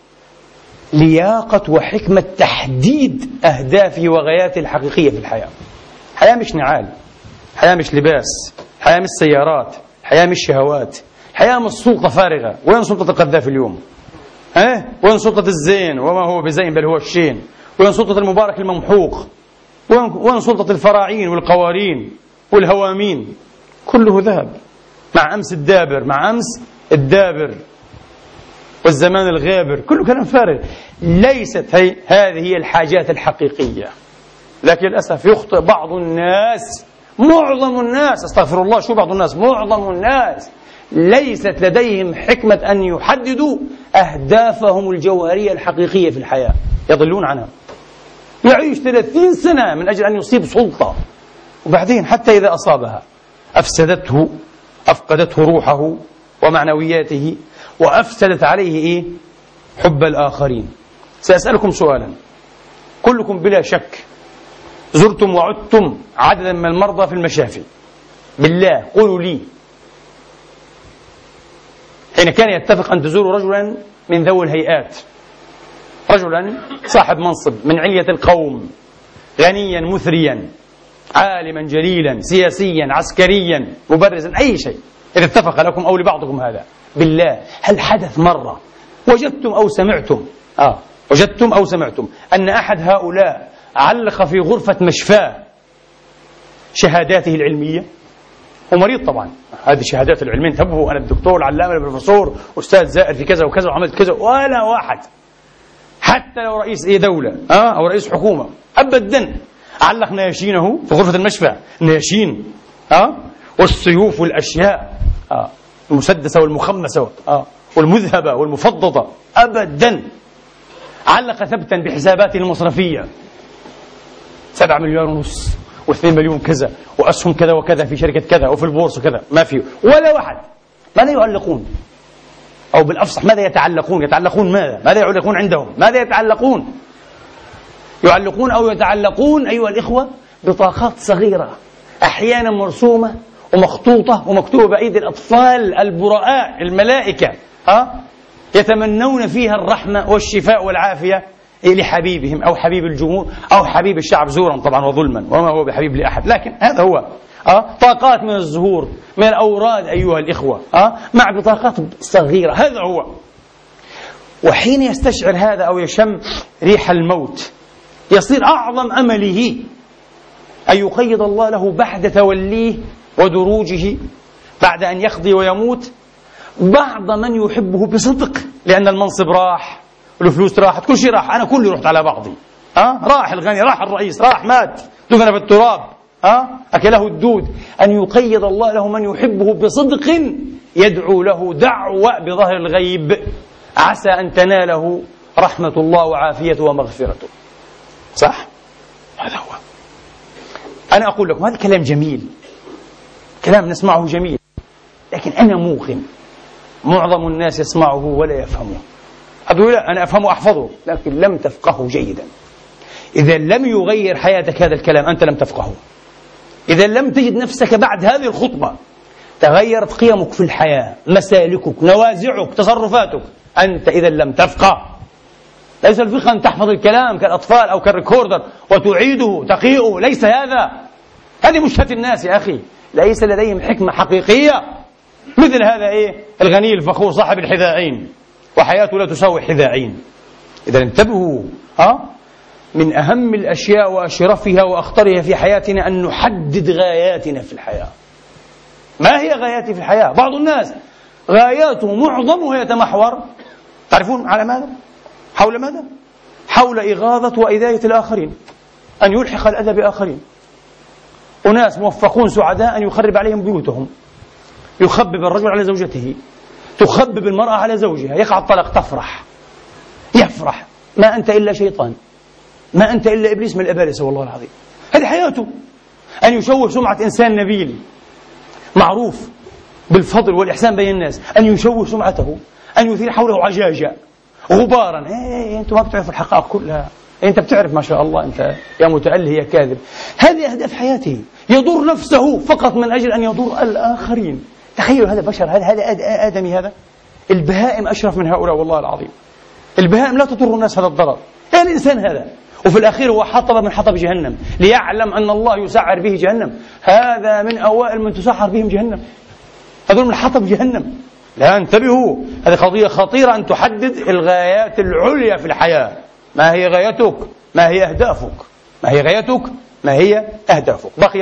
لياقة وحكمة تحديد أهدافه وغاياته الحقيقية في الحياة. حياة مش نعال، حياة مش لباس، حياة مش سيارات، حياة مش شهوات، حياة مش سلطة فارغة. وين سلطة القذافي اليوم؟ وين سلطة الزين وما هو بزين بل هو الشين؟ وين سلطة المبارك الممحوق؟ وين سلطة الفراعين والقوارين والهوامين؟ كله ذهب مع أمس الدابر، مع أمس الدابر والزمان الغابر، كله كلام فارغ. ليست هذه هي الحاجات الحقيقية. لكن للأسف يخطئ بعض الناس، معظم الناس، استغفر الله، شو بعض الناس؟ معظم الناس ليست لديهم حكمة أن يحددوا أهدافهم الجوهرية الحقيقية في الحياة، يضلون عنها. يعيش 30 سنة من أجل أن يصيب سلطة، وبعدين حتى إذا أصابها أفسدته، أفقدته روحه ومعنوياته، وأفسدت عليه حب الآخرين. سأسألكم سؤالا، كلكم بلا شك زرتم وعدتم عددا من المرضى في المشافي، بالله قولوا لي، حين كان يتفق أن تزوروا رجلا من ذوي الهيئات، رجلا صاحب منصب من علية القوم، غنيا مثريا، عالما جليلا، سياسيا، عسكريا، مبرزا، أي شيء، إذا اتفق لكم أو لبعضكم هذا، بالله هل حدث مرة وجدتم أو سمعتم أن أحد هؤلاء علق في غرفة مشفاه شهاداته العلمية؟ هو مريض طبعا، هذه الشهادات العلمية، انتبهوا، أنا الدكتور العلامة البروفيسور أستاذ زائر في كذا وكذا وعملت كذا، ولا واحد حتى لو رئيس دولة أو رئيس حكومة أبدا علق نياشينه في غرفة المشفى، نياشين والسيوف والأشياء المسدسة والمخمسة والمذهبة والمفضضة، أبدا. علق ثبتا بحساباته المصرفية 7 مليار ونص و2 مليون كذا وأسهم كذا وكذا في شركة كذا وفي البورصة كذا، ما فيه ولا واحد. ماذا يعلقون؟ أو بالأفصح ماذا يتعلقون؟ يتعلقون ماذا يعلقون عندهم؟ ماذا يتعلقون؟ يعلقون أو يتعلقون أيها الإخوة بطاقات صغيرة أحيانا مرسومة ومخطوطة ومكتوبة بأيدي الأطفال البراء الملائكة، يتمنون فيها الرحمة والشفاء والعافية لحبيبهم أو حبيب الجمهور أو حبيب الشعب، زورا طبعا وظلما، وما هو بحبيب لأحد، لكن هذا هو طاقات من الزهور، من الأوراد أيها الإخوة، مع بطاقات صغيرة، هذا هو. وحين يستشعر هذا أو يشم ريح الموت يصير أعظم أمله أن يقيض الله له بعد توليه ودروجه، بعد أن يقضي ويموت، بعض من يحبه بصدق، لأن المنصب راح والفلوس راحت، كل شيء راح، أنا كله رحت على بعضي، راح الغني، راح الرئيس، راح مات، دفن في التراب، أكله الدود. أن يقيض الله له من يحبه بصدق يدعو له دعوة بظهر الغيب، عسى أن تناله رحمة الله وعافيته ومغفرته. صح؟ هذا هو. أنا أقول لكم هذا كلام جميل، كلام نسمعه جميل، لكن أنا موقن معظم الناس يسمعه ولا يفهمه. أقول لا، أنا أفهمه أحفظه، لكن لم تفقهه جيدا. إذا لم يغير حياتك هذا الكلام أنت لم تفقهه. إذا لم تجد نفسك بعد هذه الخطبة تغيرت قيمك في الحياة، مسالكك، نوازعك، تصرفاتك، أنت إذا لم تفقه. ليس الفقه أن تحفظ الكلام كالأطفال أو كالريكوردر وتعيده تقيئه، ليس هذا. هذه مشكلة الناس يا أخي، ليس لديهم حكمة حقيقية. مثل هذا الغني الفخور صاحب الحذاءين وحياته لا تساوي حذاءين. إذا انتبهوا، من أهم الأشياء وأشرفها وأخطرها في حياتنا أن نحدد غاياتنا في الحياة. ما هي غاياتي في الحياة؟ بعض الناس غاياته معظمها يتمحور، تعرفون على ماذا؟ حول ماذا؟ حول إغاظة وإذاية الآخرين، أن يلحق الأذى بآخرين. أناس موفقون سعداء أن يخرب عليهم بيوتهم، يخبب الرجل على زوجته، تخبب المرأة على زوجها، يقع الطلاق، تفرح، يفرح. ما أنت إلا شيطان، ما أنت إلا إبليس من الأبالسة، والله العظيم. هذه حياته. أن يشوه سمعة إنسان نبيل معروف بالفضل والإحسان بين الناس، أن يشوه سمعته، أن يثير حوله عجاجة غبارا. أنتم ما بتعرفوا الحقائق كلها، أنت بتعرف ما شاء الله، أنت يا متأله يا كاذب. هذه أهداف حياته، يضر نفسه فقط من أجل أن يضر الآخرين. تخيلوا، هذا بشر، هذا آدمي، هذا البهائم أشرف من هؤلاء، والله العظيم. البهائم لا تضر الناس هذا الضرر، الإنسان هذا. وفي الأخير هو حطب من حطب جهنم، ليعلم أن الله يسعر به جهنم. هذا من أوائل من تسعر بهم جهنم، هذول من حطب جهنم. لا، انتبهوا، هذه قضية خطيرة، أن تحدد الغايات العليا في الحياة. ما هي غايتك؟ ما هي أهدافك؟ ما هي غايتك؟ ما هي أهدافك؟ بقي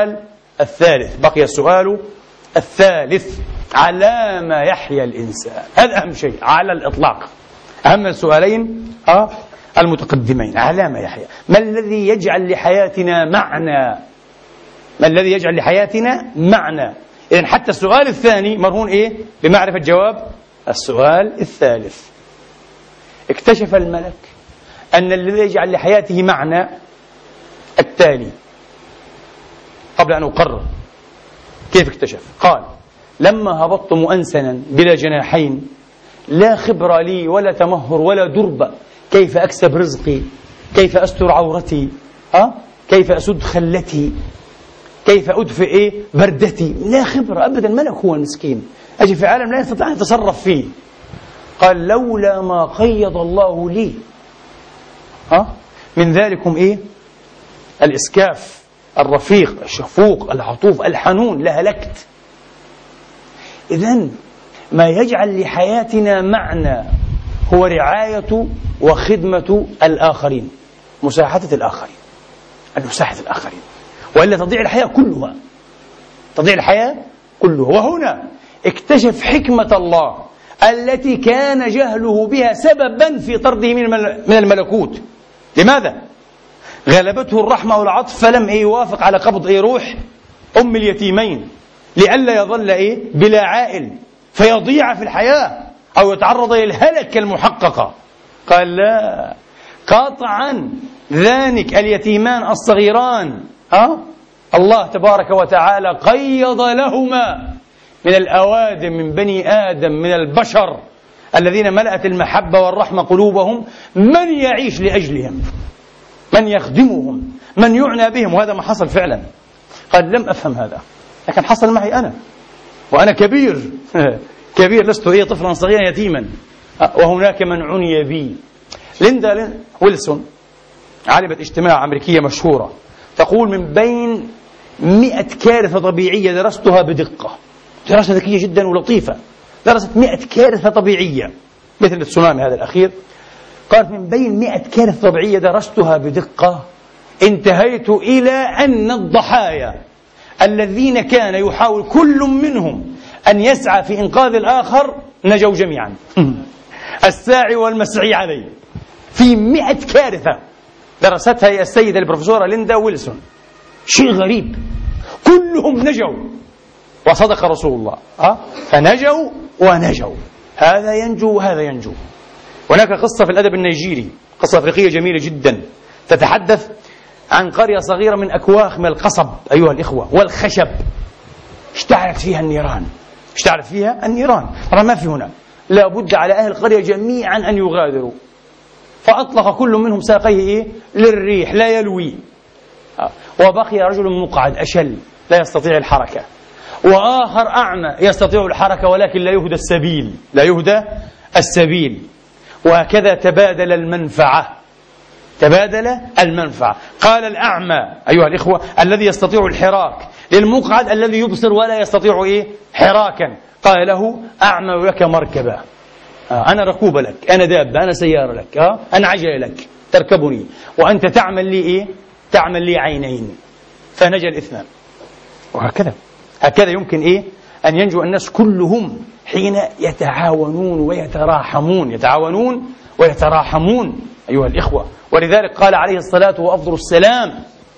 السؤال الثالث، على ما يحيا الإنسان. هذا أهم شيء على الإطلاق، أهم السؤالين المتقدمين. على ما يحيا، ما الذي يجعل لحياتنا معنى؟ ما الذي يجعل لحياتنا معنى؟ إذن حتى السؤال الثاني مرهون إيه؟ بمعرفة جواب السؤال الثالث. اكتشف الملك أن الذي يجعل لحياته معنى التالي. قبل أن أقرر كيف اكتشف، قال: لما هبطت مؤنسنا بلا جناحين، لا خبر لي ولا تمهر ولا درب، كيف أكسب رزقي، كيف أستر عورتي، كيف أسد خلتي، كيف أدفئ بردتي، لا خبرة أبدا. ملك هو المسكين، أجي في عالم لا يستطيع أن يتصرف فيه. قال: لولا ما قيض الله لي من ذلكم الإسكاف الرفيق الشفوق العطوف الحنون لهلكت. إذن ما يجعل لحياتنا معنى هو رعاية وخدمة الآخرين، مساحة الآخرين، مساحة الآخرين، وإلا تضيع الحياة كلها، تضيع الحياة كلها. وهنا اكتشف حكمة الله التي كان جهله بها سببا في طرده من الملكوت. لماذا؟ غلبته الرحمة والعطف فلم يوافق على قبض روح أم اليتيمين لئلا يظل بلا عائل فيضيع في الحياة أو يتعرض للهلك المحققة. قال: لا، قاطعا ذلك اليتيمان الصغيران الله تبارك وتعالى قيض لهما من الأوادم من بني آدم من البشر الذين ملأت المحبة والرحمة قلوبهم من يعيش لأجلهم، من يخدمهم، من يعنى بهم. وهذا ما حصل فعلا. قال: لم أفهم هذا، لكن حصل معي أنا وأنا كبير كبير، لست طفلا صغيرا يتيما، وهناك من عني بي. ليندا ويلسون عالمة اجتماع أمريكية مشهورة تقول: من بين 100 كارثة طبيعية درستها بدقة، دراسة ذكية جدا ولطيفة، درست 100 كارثة طبيعية مثل التسونامي هذا الأخير. قالت: من بين 100 كارثة طبيعية درستها بدقة، انتهيت إلى أن الضحايا الذين كان يحاول كل منهم أن يسعى في إنقاذ الآخر نجوا جميعا. الساعي والمسعي عليه. في 100 كارثة درستها هي السيدة البروفيسورة ليندا ويلسون. شيء غريب، كلهم نجوا، وصدق رسول الله فنجوا ونجوا، هذا ينجو وهذا ينجو. هناك قصة في الأدب النيجيري، قصة أفريقية جميلة جدا، تتحدث عن قرية صغيرة من أكواخ من القصب أيها الإخوة والخشب، اشتعلت فيها النيران، اشتعلت فيها النيران. طبعا ما في هنا، لا بد على أهل القرية جميعا أن يغادروا، فأطلق كل منهم ساقيه للريح لا يلوي، وبقي رجل مقعد أشل لا يستطيع الحركة، وآخر أعمى يستطيع الحركة ولكن لا يهدى السبيل، لا يهدى السبيل. وهكذا تبادل المنفعة، تبادل المنفعة. قال الأعمى أيها الإخوة الذي يستطيع الحراك للمقعد الذي يبصر ولا يستطيع حراكا، قال له: أعمل لك مركبة، أنا ركوب لك، أنا دابة، أنا سيارة لك، أنا عجلة لك تركبني، وأنت تعمل لي تعمل لي عينين، فنجا الاثنان. وهكذا هكذا يمكن أن ينجو الناس كلهم حين يتعاونون ويتراحمون، يتعاونون ويتراحمون أيها الإخوة. ولذلك قال عليه الصلاة وأفضل السلام: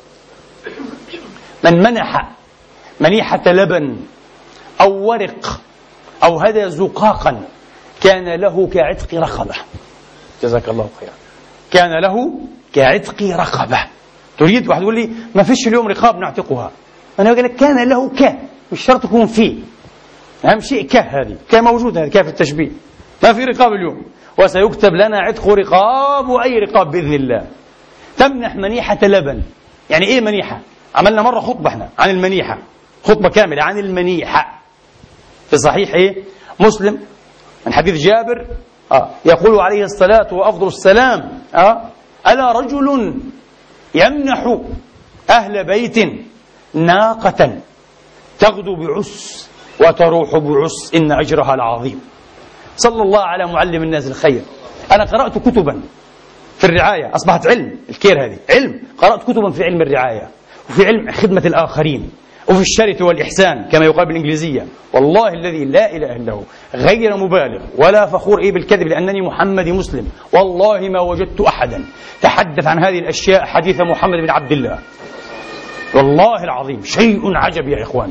من منح منيحة لبن أو ورق أو هدى زقاقا كان له كعتق رقبة. جزاك الله خيرا. كان له كعتق رقبة. تريد واحد يقول لي ما فيش اليوم رقاب نعتقها، أنا أقول لك كان له مش شرط يكون فيه، أهم شيء هذه موجودة، هذه في التشبيه، ما في رقاب اليوم، وسيكتب لنا عتق رقاب وأي رقاب بإذن الله. تمنح منيحة لبن، يعني إيه منيحة؟ عملنا مرة خطبة احنا عن المنيحة، خطبة كاملة عن المنيحة في صحيح مسلم من حديث جابر يقول عليه الصلاة وأفضل السلام: ألا رجل يمنح أهل بيت ناقة تغدو بعس وتروح بعس إن أجرها العظيم. صلى الله على معلم الناس الخير. أنا قرأت كتبا في الرعاية، أصبحت علم الكير، هذه علم. قرأت كتبا في علم الرعاية وفي علم خدمة الآخرين وفي الشرف والإحسان كما يقال بالإنجليزية. والله الذي لا إله إلا هو، غير مبالغ ولا فخور بالكذب، لأنني محمدي مسلم، والله ما وجدت أحدا تحدث عن هذه الأشياء حديث محمد بن عبد الله. والله العظيم شيء عجب يا إخواني،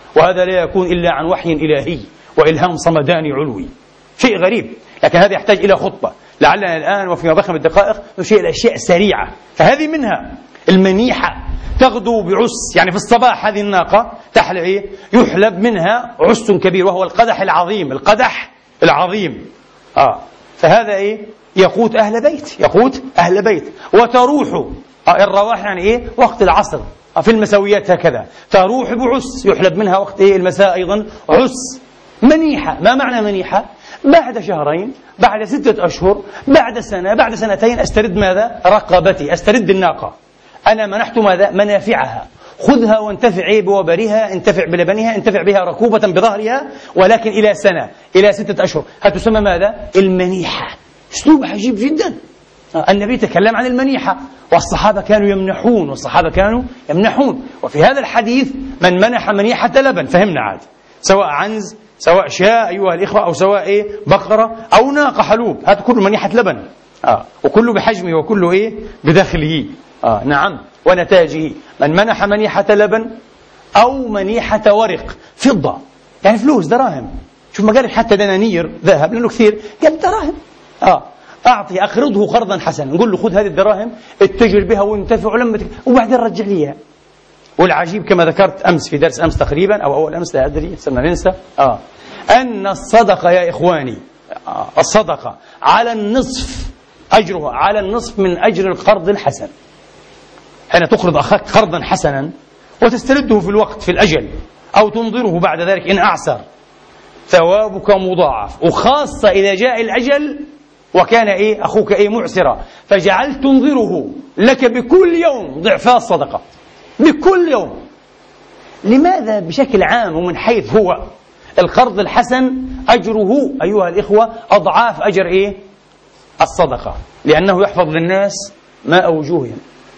وهذا لا يكون إلا عن وحي إلهي وإلهام صمداني علوي. شيء غريب، لكن هذا يحتاج إلى خطبة. لعلنا الآن وفيما بقي من الدقائق نشير إلى أشياء سريعة. فهذه منها المنيحة، تغدو بعس، يعني في الصباح هذه الناقة تحلب إيه؟ يحلب منها عس كبير وهو القدح العظيم، القدح العظيم. فهذا إيه؟ يقوت أهل بيت، يقوت أهل بيت. وتروح الرواح يعني إيه؟ وقت العصر، في المساويات هكذا تروح بعس، يحلب منها وقت إيه؟ المساء أيضا عس. منيحة. ما معنى منيحة؟ بعد شهرين، بعد 6 أشهر، بعد سنة، بعد سنتين أسترد ماذا؟ رقبتي، أسترد الناقة. أنا منحت ماذا؟ منافعها. خذها وانتفع بوبرها، انتفع بلبنها، انتفع بها ركوبة بظهرها، ولكن إلى سنة، إلى 6 أشهر. هتسمى ماذا؟ المنيحة. أسلوب عجيب جدا. النبي تكلم عن المنيحة، والصحابة كانوا يمنحون. وفي هذا الحديث من منح منيحة لبن، فهمنا عاد، سواء عنز، سواء شاء أيها الإخوة، أو سواء إيه؟ بقرة أو ناقة حلوب، هذا كله منيحة لبن. وكله بحجمه وكله إيه؟ بداخله. نعم، ونتاجه. من منح منيحة لبن أو منيحة ورق، فضة، يعني فلوس، دراهم. شوف ما قال حتى دنانير ذهب لأنه كثير، قال دراهم. أعطي، أقرضه قرضا حسنا، نقول له خذ هذه الدراهم اتجر بها وانتفع وبعدين رجع لي إياها. والعجيب كما ذكرت أمس في درس أمس تقريبا أو أول أمس، لا أدري، صرنا ننسى، أن الصدقة يا إخواني، الصدقة على النصف، أجرها على النصف من أجر القرض الحسن. حين تقرض أخاك قرضا حسنا وتسترده في الوقت، في الأجل، أو تنظره بعد ذلك إن أعسر، ثوابك مضاعف. وخاصة إذا جاء الأجل وكان إيه؟ أخوك إيه؟ معسرا، فجعلت تنظره لك بكل يوم ضعفاء الصدقة، بكل يوم. لماذا؟ بشكل عام ومن حيث هو القرض الحسن أجره أيها الإخوة أضعاف أجر إيه؟ الصدقة، لأنه يحفظ للناس ماء وجوههم.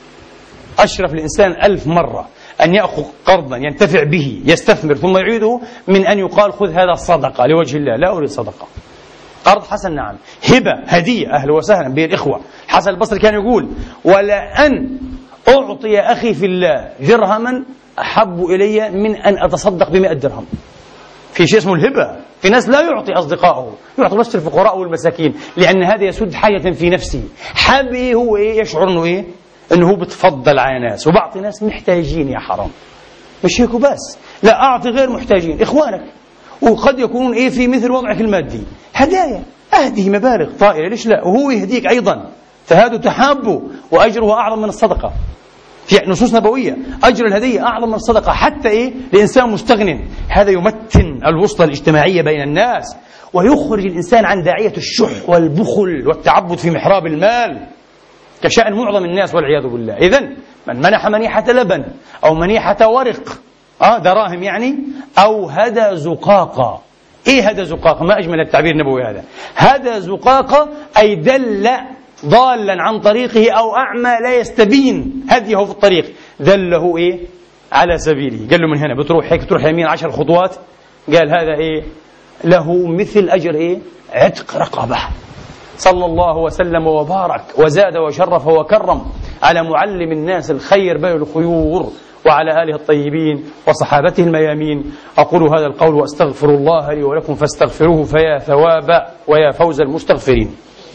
أشرف الإنسان 1000 مرة أن يأخذ قرضا ينتفع به، يستثمر ثم يعيده، من أن يقال خذ هذا الصدقة لوجه الله. لا أريد صدقة، قرض حسن، نعم، هبة، هدية، أهلا وسهلا به الإخوة. حسن البصري كان يقول: ولا أن أعطي أخي في الله درهما أحب إلي من أن أتصدق ب100 درهم. في شيء اسمه الهبة. في ناس لا يعطي أصدقائه، يعطي بس الفقراء والمساكين، لأن هذا يسد حاجة في نفسه. حاب إيه؟ هو إيه؟ يشعر إنه إيه؟ إنه هو بتفضل على ناس، وبعطي ناس محتاجين. يا حرام، مش هيك بس، لا، أعطي غير محتاجين، إخوانك، وقد يكونون إيه؟ في مثل وضعك المادي، هدايا، أهدي مبالغ طائلة، ليش لا؟ وهو يهديك أيضا، فهذا تحابه، وأجره أعظم من الصدقة. في نصوص نبوية أجر الهدية أعظم من الصدقة، حتى إيه؟ لإنسان مستغن. هذا يمتن الوصلة الاجتماعية بين الناس، ويخرج الإنسان عن داعية الشح والبخل والتعبد في محراب المال كشأن معظم الناس والعياذ بالله. إذن من منح منيحة لبن أو منيحة ورق، دراهم يعني، أو هدى زقاقة. إيه هدى زقاقة؟ ما أجمل التعبير النبوي هذا. هدى زقاقة أي دل ضالا عن طريقه، أو أعمى لا يستبين هديه في الطريق، دله إيه؟ على سبيله. قال له من هنا بتروح هيك، تروح يمين 10 خطوات، قال هذا إيه؟ له مثل أجر إيه؟ عتق رقبة. صلى الله وسلم وبارك وزاد وشرف وكرم على معلم الناس الخير بين الخيور، وعلى آله الطيبين وصحابته الميامين. أقول هذا القول وأستغفر الله لي ولكم فاستغفروه، فيا ثواب ويا فوز المستغفرين.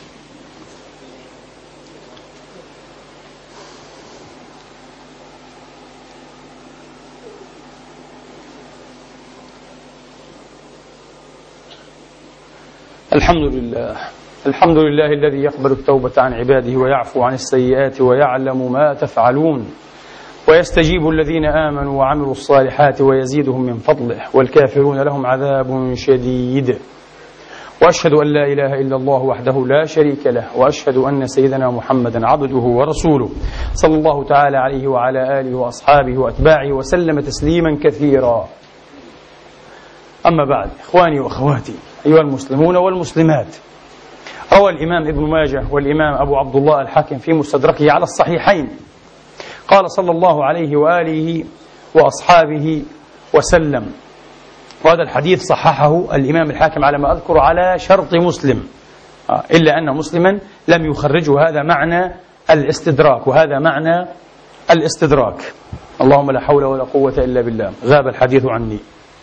الحمد لله الذي يقبل التوبة عن عباده ويعفو عن السيئات ويعلم ما تفعلون، ويستجيب الذين آمنوا وعملوا الصالحات ويزيدهم من فضله، والكافرون لهم عذاب شديد. وأشهد أن لا إله إلا الله وحده لا شريك له، وأشهد أن سيدنا محمدا عبده ورسوله، صلى الله تعالى عليه وعلى آله وأصحابه وأتباعه وسلم تسليما كثيرا. أما بعد، إخواني وأخواتي أيها المسلمون والمسلمات، روى الإمام ابن ماجه والإمام أبو عبد الله الحاكم في مستدركه على الصحيحين، قال صلى الله عليه وآله وأصحابه وسلم، وهذا الحديث صححه الإمام الحاكم على ما أذكر على شرط مسلم، إلا أن مسلما لم يخرجه. هذا معنى الاستدراك، وهذا معنى الاستدراك. اللهم لا حول ولا قوة إلا بالله، غاب الحديث عني.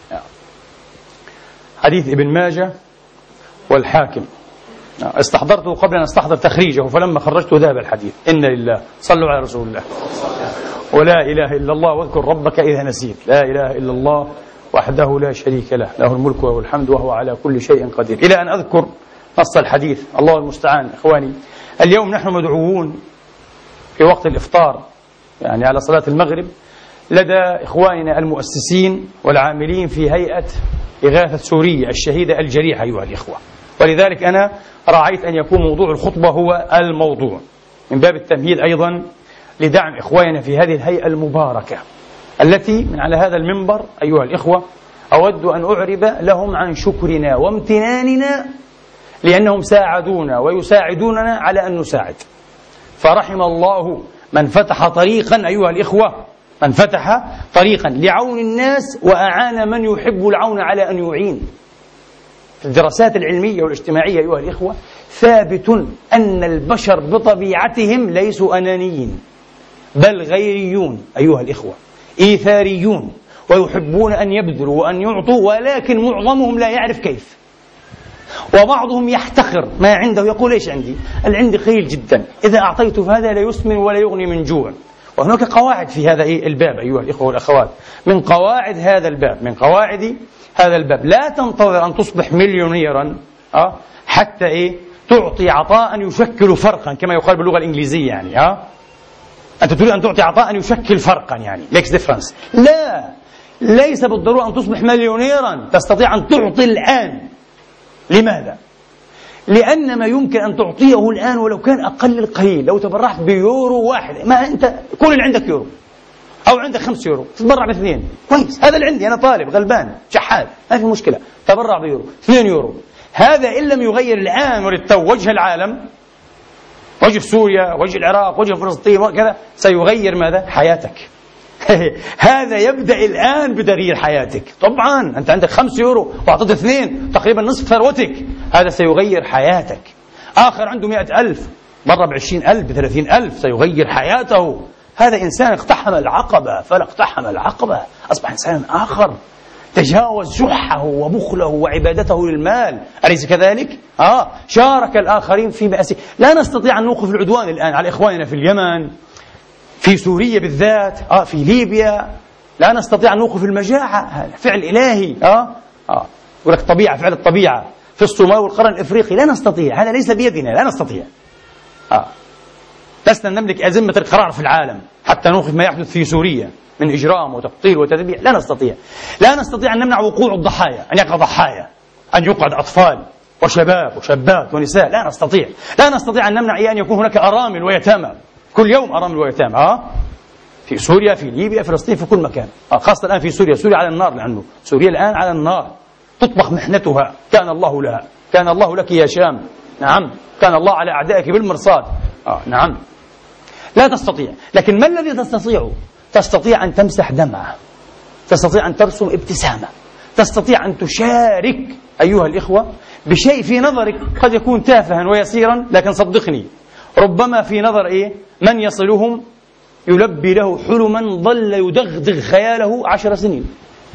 حديث ابن ماجه والحاكم، استحضرته قبل أن أستحضر تخريجه، فلما خرجته ذهب الحديث. إن لله، صلوا على رسول الله. ولا إله إلا الله واذكر ربك إذا نسيت. لا إله إلا الله وحده لا شريك له، له الملك وله الحمد وهو على كل شيء قدير، إلى أن أذكر نص الحديث. الله المستعان. إخواني، اليوم نحن مدعوون في وقت الإفطار، يعني على صلاة المغرب، لدى إخواننا المؤسسين والعاملين في هيئة إغاثة سوريا الشهيدة الجريحة أيها الإخوة. ولذلك أنا رأيت أن يكون موضوع الخطبة هو الموضوع، من باب التمهيد أيضا لدعم إخواننا في هذه الهيئة المباركة، التي من على هذا المنبر أيها الإخوة أود أن أعرب لهم عن شكرنا وامتناننا، لأنهم ساعدونا ويساعدوننا على أن نساعد. فرحم الله من فتح طريقا أيها الإخوة، من فتح طريقا لعون الناس وأعان من يحب العون على أن يعين. في الدراسات العلمية والاجتماعية أيها الإخوة ثابت أن البشر بطبيعتهم ليسوا أنانيين، بل غيريون أيها الإخوة، إيثاريون، ويحبون أن يبذلوا وأن يعطوا، ولكن معظمهم لا يعرف كيف. وبعضهم يحتقر ما عنده، يقول إيش عندي؟ العندي قليل جدا، إذا أعطيت فهذا لا يسمن ولا يغني من جوع. وهناك قواعد في هذا الباب أيها الإخوة والأخوات، من قواعد هذا الباب، من قواعد هذا الباب، لا تنتظر أن تصبح مليونيرا حتى تعطي عطاء يشكل فرقا، كما يقال باللغة الإنجليزية، يعني أنت تريد أن تعطي عطاء يشكل فرقا، يعني makes difference. لا، ليس بالضرورة أن تصبح مليونيرا، تستطيع أن تعطي الآن. لماذا؟ لأن ما يمكن أن تعطيه الآن ولو كان أقل القليل، لو تبرعت بيورو واحد، ما أنت كل اللي عندك يورو أو عندك 5 يورو، تتبرع ب2، كويس، هذا اللي عندي، أنا طالب غلبان شحات، ما في مشكلة، تبرع بيورو 2 يورو. هذا إن لم يغير الآن وللتو وجه العالم، وجه سوريا، وجه العراق، وجه فلسطين وكذا، سيغير ماذا؟ حياتك. هذا يبدأ الآن بتغيير حياتك. طبعا أنت عندك 5 يورو وأعطيت 2، تقريبا نصف ثروتك، هذا سيغير حياتك. آخر عنده 100,000 مرة ب20,000 ب30,000، سيغير حياته. هذا إنسان اقتحم العقبة، فلا اقتحم العقبة، أصبح إنسانا آخر، تجاوز جحه وبخله وعبادته للمال، أليس كذلك؟ شارك الآخرين في مآسي. لا نستطيع أن نوقف العدوان الآن على إخواننا في اليمن، في سوريا بالذات، في ليبيا. لا نستطيع أن نوقف المجاعة، هذا فعل إلهي. يقول لك طبيعة، فعل الطبيعة في الصومال والقرن الإفريقي، لا نستطيع، هذا ليس بيدنا، لا نستطيع. لسنا نملك أزمة القرار في العالم حتى نوقف ما يحدث في سوريا من إجرام وتقتيل وتذبيح، لا نستطيع. لا نستطيع أن نمنع وقوع الضحايا، أن يقع ضحايا، أن يقعد أطفال وشباب وشابات ونساء، لا نستطيع. لا نستطيع أن نمنع أن يكون هناك أرامل ويتامى، كل يوم أرامل ويتامى، في سوريا، في ليبيا، فلسطين، في كل مكان. خاصة الآن في سوريا، سوريا على النار، لأنه سوريا الآن على النار، تطبخ محنتها، كان الله لها، كان الله لك يا شام، نعم، كان الله على أعدائك بالمرصاد، نعم. لا تستطيع، لكن ما الذي تستطيع؟ تستطيع أن تمسح دمعة، تستطيع أن ترسم ابتسامة، تستطيع أن تشارك أيها الإخوة بشيء في نظرك قد يكون تافها ويسيرا، لكن صدقني ربما في نظر من يصلهم يلبي له حلما ظل يدغدغ خياله 10 سنين.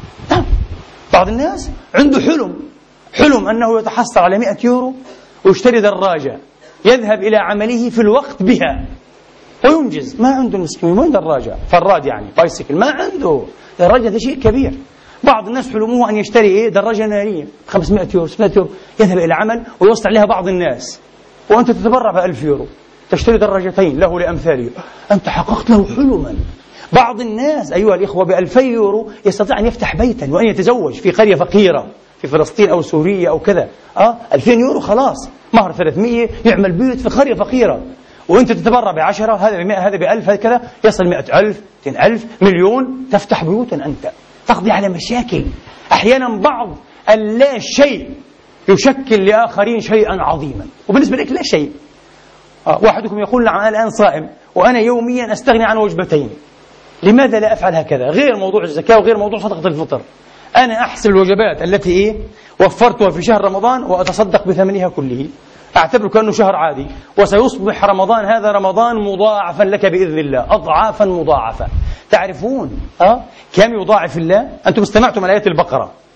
بعض الناس عنده حلم أنه يتحصل على 100 يورو ويشتري دراجة يذهب إلى عمله في الوقت بها وينجز. ما عنده المسكين، وين دراجة؟ فراد يعني بايسكل، ما عنده دراجة، هذا شيء كبير. بعض الناس حلمه أن يشتري دراجة نارية 500 يورو 600 يورو، يذهب إلى عمل ويوصل عليها بعض الناس، وأنت تتبرع ب1000 يورو تشتري دراجتين له لأمثاله، أنت حققت له حلما. بعض الناس أيها الإخوة ب2000 يورو يستطيع أن يفتح بيتا وأن يتزوج في قرية فقيرة في فلسطين أو سوريا أو كذا. 2000 يورو خلاص، مهر 300 يعمل بيت في قرية فقيرة، وأنت تتبرع ب10، هذا ب100، هذا ب1000، هذا كذا، يصل 100,000 200,000 مليون، تفتح بيوتا أنت، تقضي على مشاكل. أحيانا بعض اللا شيء يشكل لآخرين شيئا عظيما، وبالنسبة لك لا شيء. واحدكم يقول نعم أنا الآن صائم وأنا يوميا أستغني عن وجبتين، لماذا لا أفعل هكذا؟ غير موضوع الزكاة وغير موضوع صدقة الفطر، أنا أحسب الوجبات التي وفرتها في شهر رمضان وأتصدق بثمنها كله، أعتبر كأنه شهر عادي، وسيصبح رمضان هذا رمضان مضاعفا لك بإذن الله، أضعافا مضاعفة. تعرفون كم يضاعف الله؟ أنتم استمعتم على آية البقرة،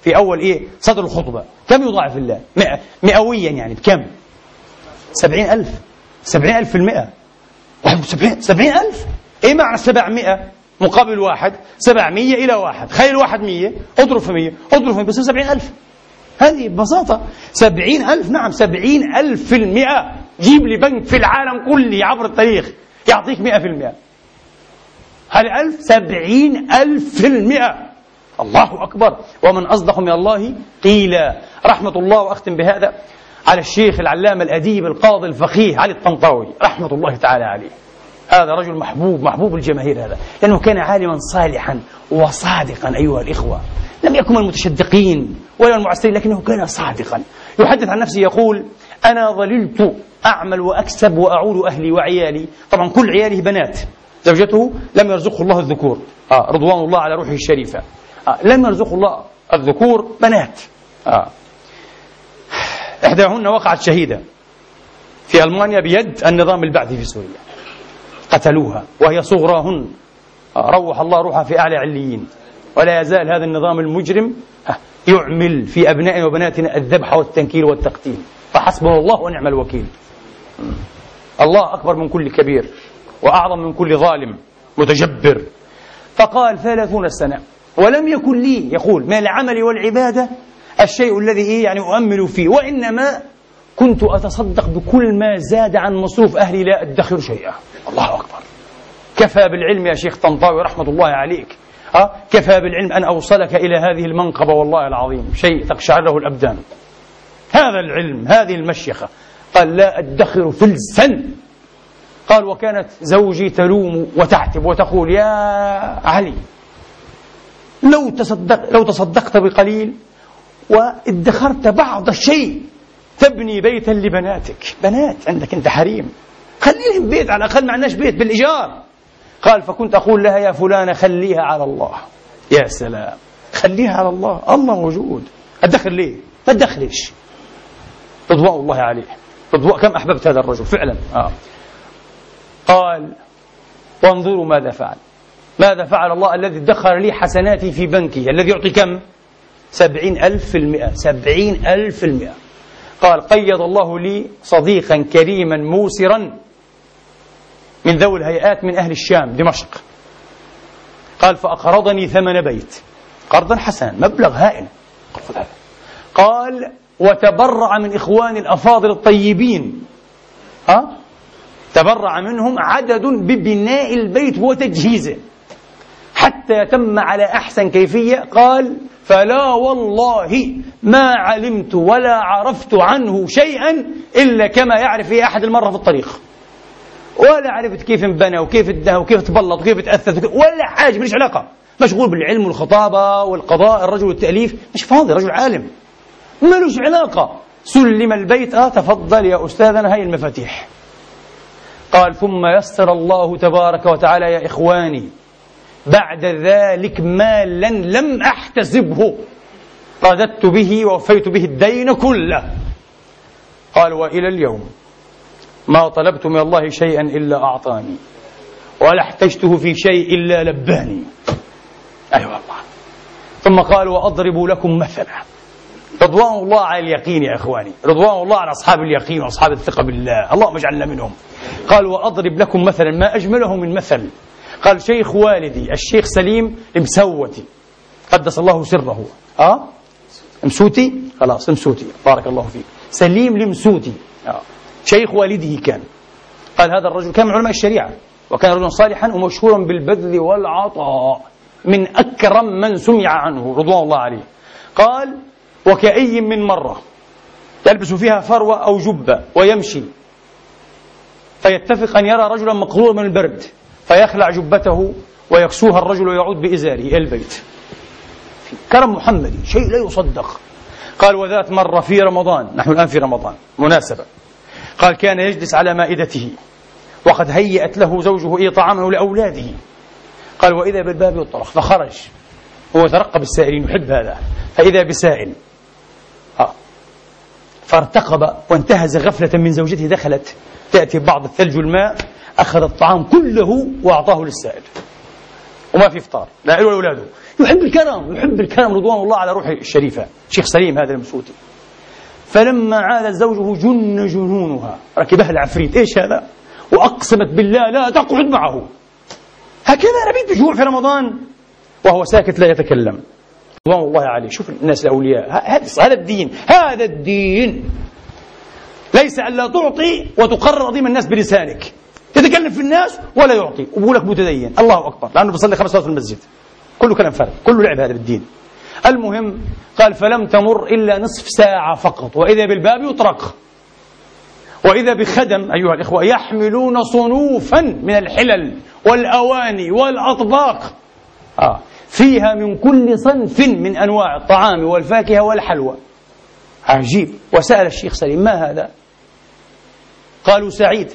في أول صدر الخطبة. كم يضاعف الله؟ مئويا يعني بكم؟ 70,000. 70,000 في 100. 70,000. إيه معنى 700 مقابل 1؟ 700 إلى 1. خلي 1 100، اضرب في 100، اضرب في 100، بس 70,000. هذه ببساطة 70,000. نعم 70,000 في 100. جيب لي بنك في العالم كله عبر التاريخ يعطيك 100%. هذه 1000 70,000 في 100. الله أكبر. ومن أصدق من الله قيلا. رحمة الله. وأختم بهذا على الشيخ العلامة الأديب القاضي الفقيه علي الطنطاوي رحمة الله تعالى عليه. هذا رجل محبوب الجماهير، هذا لأنه كان عالما صالحا وصادقا أيها الإخوة. لم يكن من المتشدقين ولا المعسرين، لكنه كان صادقا. يحدث عن نفسه يقول: أنا ظللت أعمل وأكسب وأعول أهلي وعيالي. طبعا كل عياله بنات، زوجته لم يرزقه الله الذكور، رضوان الله على روحه الشريفة. لم يرزقه الله الذكور، بنات. إحداهن وقعت شهيدة في ألمانيا بيد النظام البعثي في سوريا، قتلوها وهي صغراهن. روح الله روحها في أعلى عليين. ولا يزال هذا النظام المجرم يعمل في أبنائنا وبناتنا الذبح والتنكيل والتقتيل، فحسبنا الله ونعم الوكيل. الله أكبر من كل كبير وأعظم من كل ظالم متجبر. فقال 30 سنة ولم يكن لي، يقول، من العمل والعبادة الشيء الذي يعني أؤمل فيه، وإنما كنت أتصدق بكل ما زاد عن مصروف أهلي، لا أدخر شيئا. الله أكبر. كفى بالعلم يا شيخ طنطاوي رحمة الله عليك، كفى بالعلم أن أوصلك إلى هذه المنقبة، والله العظيم شيء تقشعر له الأبدان. هذا العلم، هذه المشيخة. قال: لا أدخر فلسا. قال: وكانت زوجي تلوم وتعتب وتقول: يا علي، لو تصدقت بقليل وادخرت بعض الشيء تبني بيتا لبناتك. بنات عندك أنت حريم، خلي لهم بيت على الأقل، معناش بيت بالإيجار. قال: فكنت أقول لها: يا فلانة خليها على الله. يا سلام، خليها على الله، الله موجود. أدخر ليه؟ ما تدخلش. رضوان الله عليه. كم أحببت هذا الرجل فعلا. قال: وانظروا ماذا فعل. ماذا فعل الله الذي ادخر لي حسناتي في بنكه، الذي يعطي كم؟ 70,000 في 100. 70,000 في 100. قال: قيض الله لي صديقا كريما موسرا من ذوي الهيئات من أهل الشام دمشق. قال: فأقرضني 8 بيت قرضا حسنا، مبلغ هائل. قال: وتبرع من إخواني الأفاضل الطيبين، تبرع منهم عدد ببناء البيت وتجهيزه حتى تم على أحسن كيفية. قال: فلا والله ما علمت ولا عرفت عنه شيئا إلا كما يعرف أحد المرة في الطريق، ولا عرفت كيف انبنى وكيف ادهى وكيف تبلط وكيف تأثث ولا حاجة، ماليش علاقة. مشغول بالعلم والخطابة والقضاء، الرجل والتأليف، مش فاضي، رجل عالم مالوش علاقة. سلم البيت، تفضل يا أستاذنا، هاي المفاتيح. قال: ثم يسر الله تبارك وتعالى يا إخواني بعد ذلك مالا لم أحتسبه، رددت به ووفيت به الدين كله. قال: وإلى اليوم ما طلبت من الله شيئا إلا أعطاني، ولا احتجته في شيء إلا لباني. أيوة الله. ثم قال: وأضرب لكم مثلا. رضوان الله على اليقين يا إخواني، رضوان الله على أصحاب اليقين وأصحاب الثقة بالله، اللهم اجعلنا منهم. قال: وأضرب لكم مثلا، ما أجمله من مثل. قال: شيخ والدي الشيخ سليم المسوتي قدس الله سره، مسوتي، خلاص مسوتي، بارك الله فيك، سليم المسوتي، شيخ والده كان. قال: هذا الرجل كان من علماء الشريعة، وكان رجلا صالحا ومشهورا بالبذل والعطاء، من أكرم من سمع عنه رضوان الله عليه. قال: وكأي من مرة يلبس فيها فروة أو جبة ويمشي، فيتفق أن يرى رجلا مقهورا من البرد فيخلع جبته ويكسوها الرجل ويعود بإزاره إلى البيت. كرم محمدي، شيء لا يصدق. قال: وذات مرة في رمضان، نحن الآن في رمضان مناسبة، قال: كان يجلس على مائدته وقد هيأت له زوجه طعامه لأولاده. قال: وإذا بالباب يطرق، فخرج هو يترقب السائلين، يحب هذا، فإذا بسائل فارتقب وانتهز غفلة من زوجته، دخلت تأتي بعض الثلج والماء، أخذ الطعام كله وأعطاه للسائل. وما في إفطار لا له ولا أولاده. يحب الكرم رضوان الله على روحه الشريفة. شيخ سليم هذا المسعودي. فلما عاد زوجه جن جنونها، ركبها العفريت. إيش هذا؟ وأقسمت بالله لا تقعد معه. هكذا نبيت بجوع في رمضان وهو ساكت لا يتكلم رضوان الله عليه. شوف الناس الأولياء، هذا الدين ليس أن لا تعطي وتقرر عظيم الناس بلسانك، يتكلم في الناس ولا يعطي وبقول لك متدين الله أكبر لأنه بيصلي 5 صلوات في المسجد. كله كلام فارغ، كله لعب هذا بالدين. المهم قال فلم تمر إلا نصف ساعة فقط وإذا بالباب يطرق وإذا بخدم أيها الإخوة يحملون صنوفا من الحلل والأواني والأطباق فيها من كل صنف من أنواع الطعام والفاكهة والحلوى. عجيب. وسأل الشيخ سليم ما هذا؟ قالوا سعيد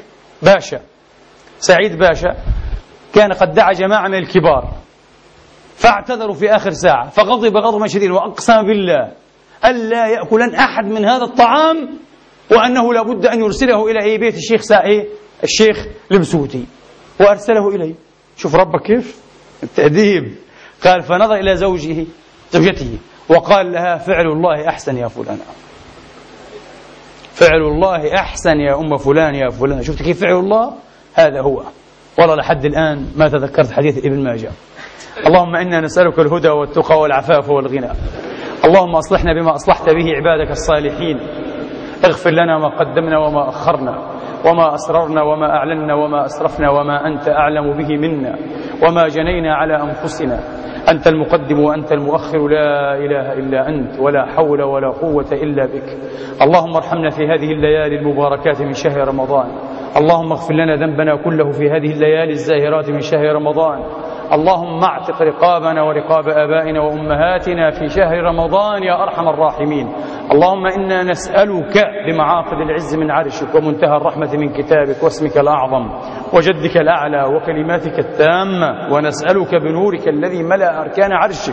باشا كان قد دعا جماعة من الكبار فاعتذروا في آخر ساعة فغضب غضبا شديدا وأقسم بالله ألا يأكلن أحد من هذا الطعام وأنه لابد أن يرسله إلى بيت الشيخ المسعودي وأرسله إليه. شوف ربك كيف التأديب. قال فنظر إلى زوجته وقال لها فعل الله أحسن يا فلان، فعل الله أحسن يا أم فلان يا فلان. شفت كيف فعل الله؟ هذا هو. والله لحد الآن ما تذكرت حديث ابن ماجه. اللهم إنا نسألك الهدى والتقى والعفاف والغنى. اللهم أصلحنا بما أصلحت به عبادك الصالحين. اغفر لنا ما قدمنا وما أخرنا وما أسررنا وما أعلنا وما أسرفنا وما أنت أعلم به منا وما جنينا على أنفسنا. أنت المقدم وأنت المؤخر لا إله إلا أنت ولا حول ولا قوة إلا بك. اللهم ارحمنا في هذه الليالي المباركات من شهر رمضان. اللهم اغفر لنا ذنبنا كله في هذه الليالي الزاهرات من شهر رمضان. اللهم اعتق رقابنا ورقاب آبائنا وأمهاتنا في شهر رمضان يا أرحم الراحمين. اللهم إنا نسألك بمعاقد العز من عرشك ومنتهى الرحمة من كتابك واسمك الأعظم وجدك الأعلى وكلماتك التامة، ونسألك بنورك الذي ملأ أركان عرشك،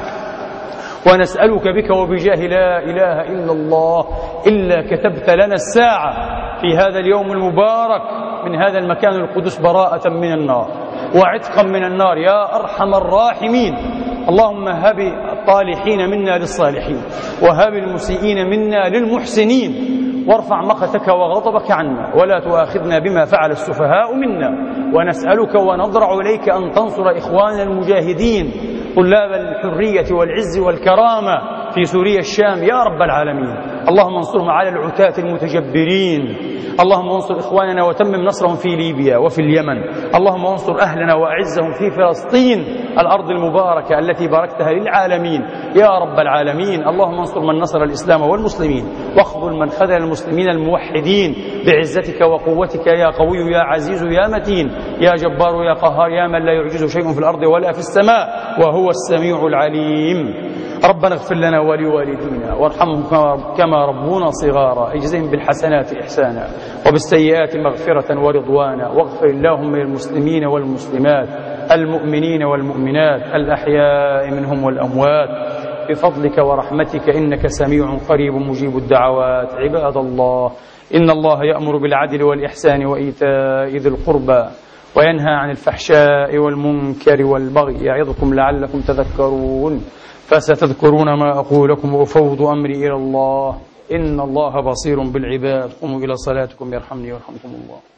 ونسألك بك وبجاه لا إله إلا الله إلا كتبت لنا الساعة في هذا اليوم المبارك من هذا المكان القدس براءة من النار وعتقا من النار يا أرحم الراحمين. اللهم هب الطالحين منا للصالحين وهب المسيئين منا للمحسنين وارفع مقتك وغضبك عنا ولا تؤاخذنا بما فعل السفهاء منا. ونسألك ونضرع إليك أن تنصر إخواننا المجاهدين طلاب الحرية والعز والكرامة في سوريا الشام يا رب العالمين. اللهم انصرهم على العتاة المتجبرين. اللهم انصر إخواننا وتمم نصرهم في ليبيا وفي اليمن. اللهم انصر أهلنا وأعزهم في فلسطين الأرض المباركة التي باركتها للعالمين يا رب العالمين. اللهم انصر من نصر الإسلام والمسلمين واخذل من خذل المسلمين الموحدين بعزتك وقوتك يا قوي يا عزيز يا متين يا جبار يا قهار يا من لا يعجزه شيء في الأرض ولا في السماء وهو السميع العليم. ربنا اغفر لنا ولوالدينا وارحمهم كما ربونا صغارا، اجزهم بالحسنات إحسانا وبالسيئات مغفرة ورضوانا، واغفر اللهم للمسلمين والمسلمات المؤمنين والمؤمنات الأحياء منهم والأموات بفضلك ورحمتك إنك سميع قريب مجيب الدعوات. عباد الله إن الله يأمر بالعدل والإحسان وإيتاء ذي القربى وينهى عن الفحشاء والمنكر والبغي يعظكم لعلكم تذكرون. فستذكرون ما أقول لكم وأفوض أمري إلى الله إن الله بصير بالعباد. قوموا إلى صلاتكم يرحمني ويرحمكم الله.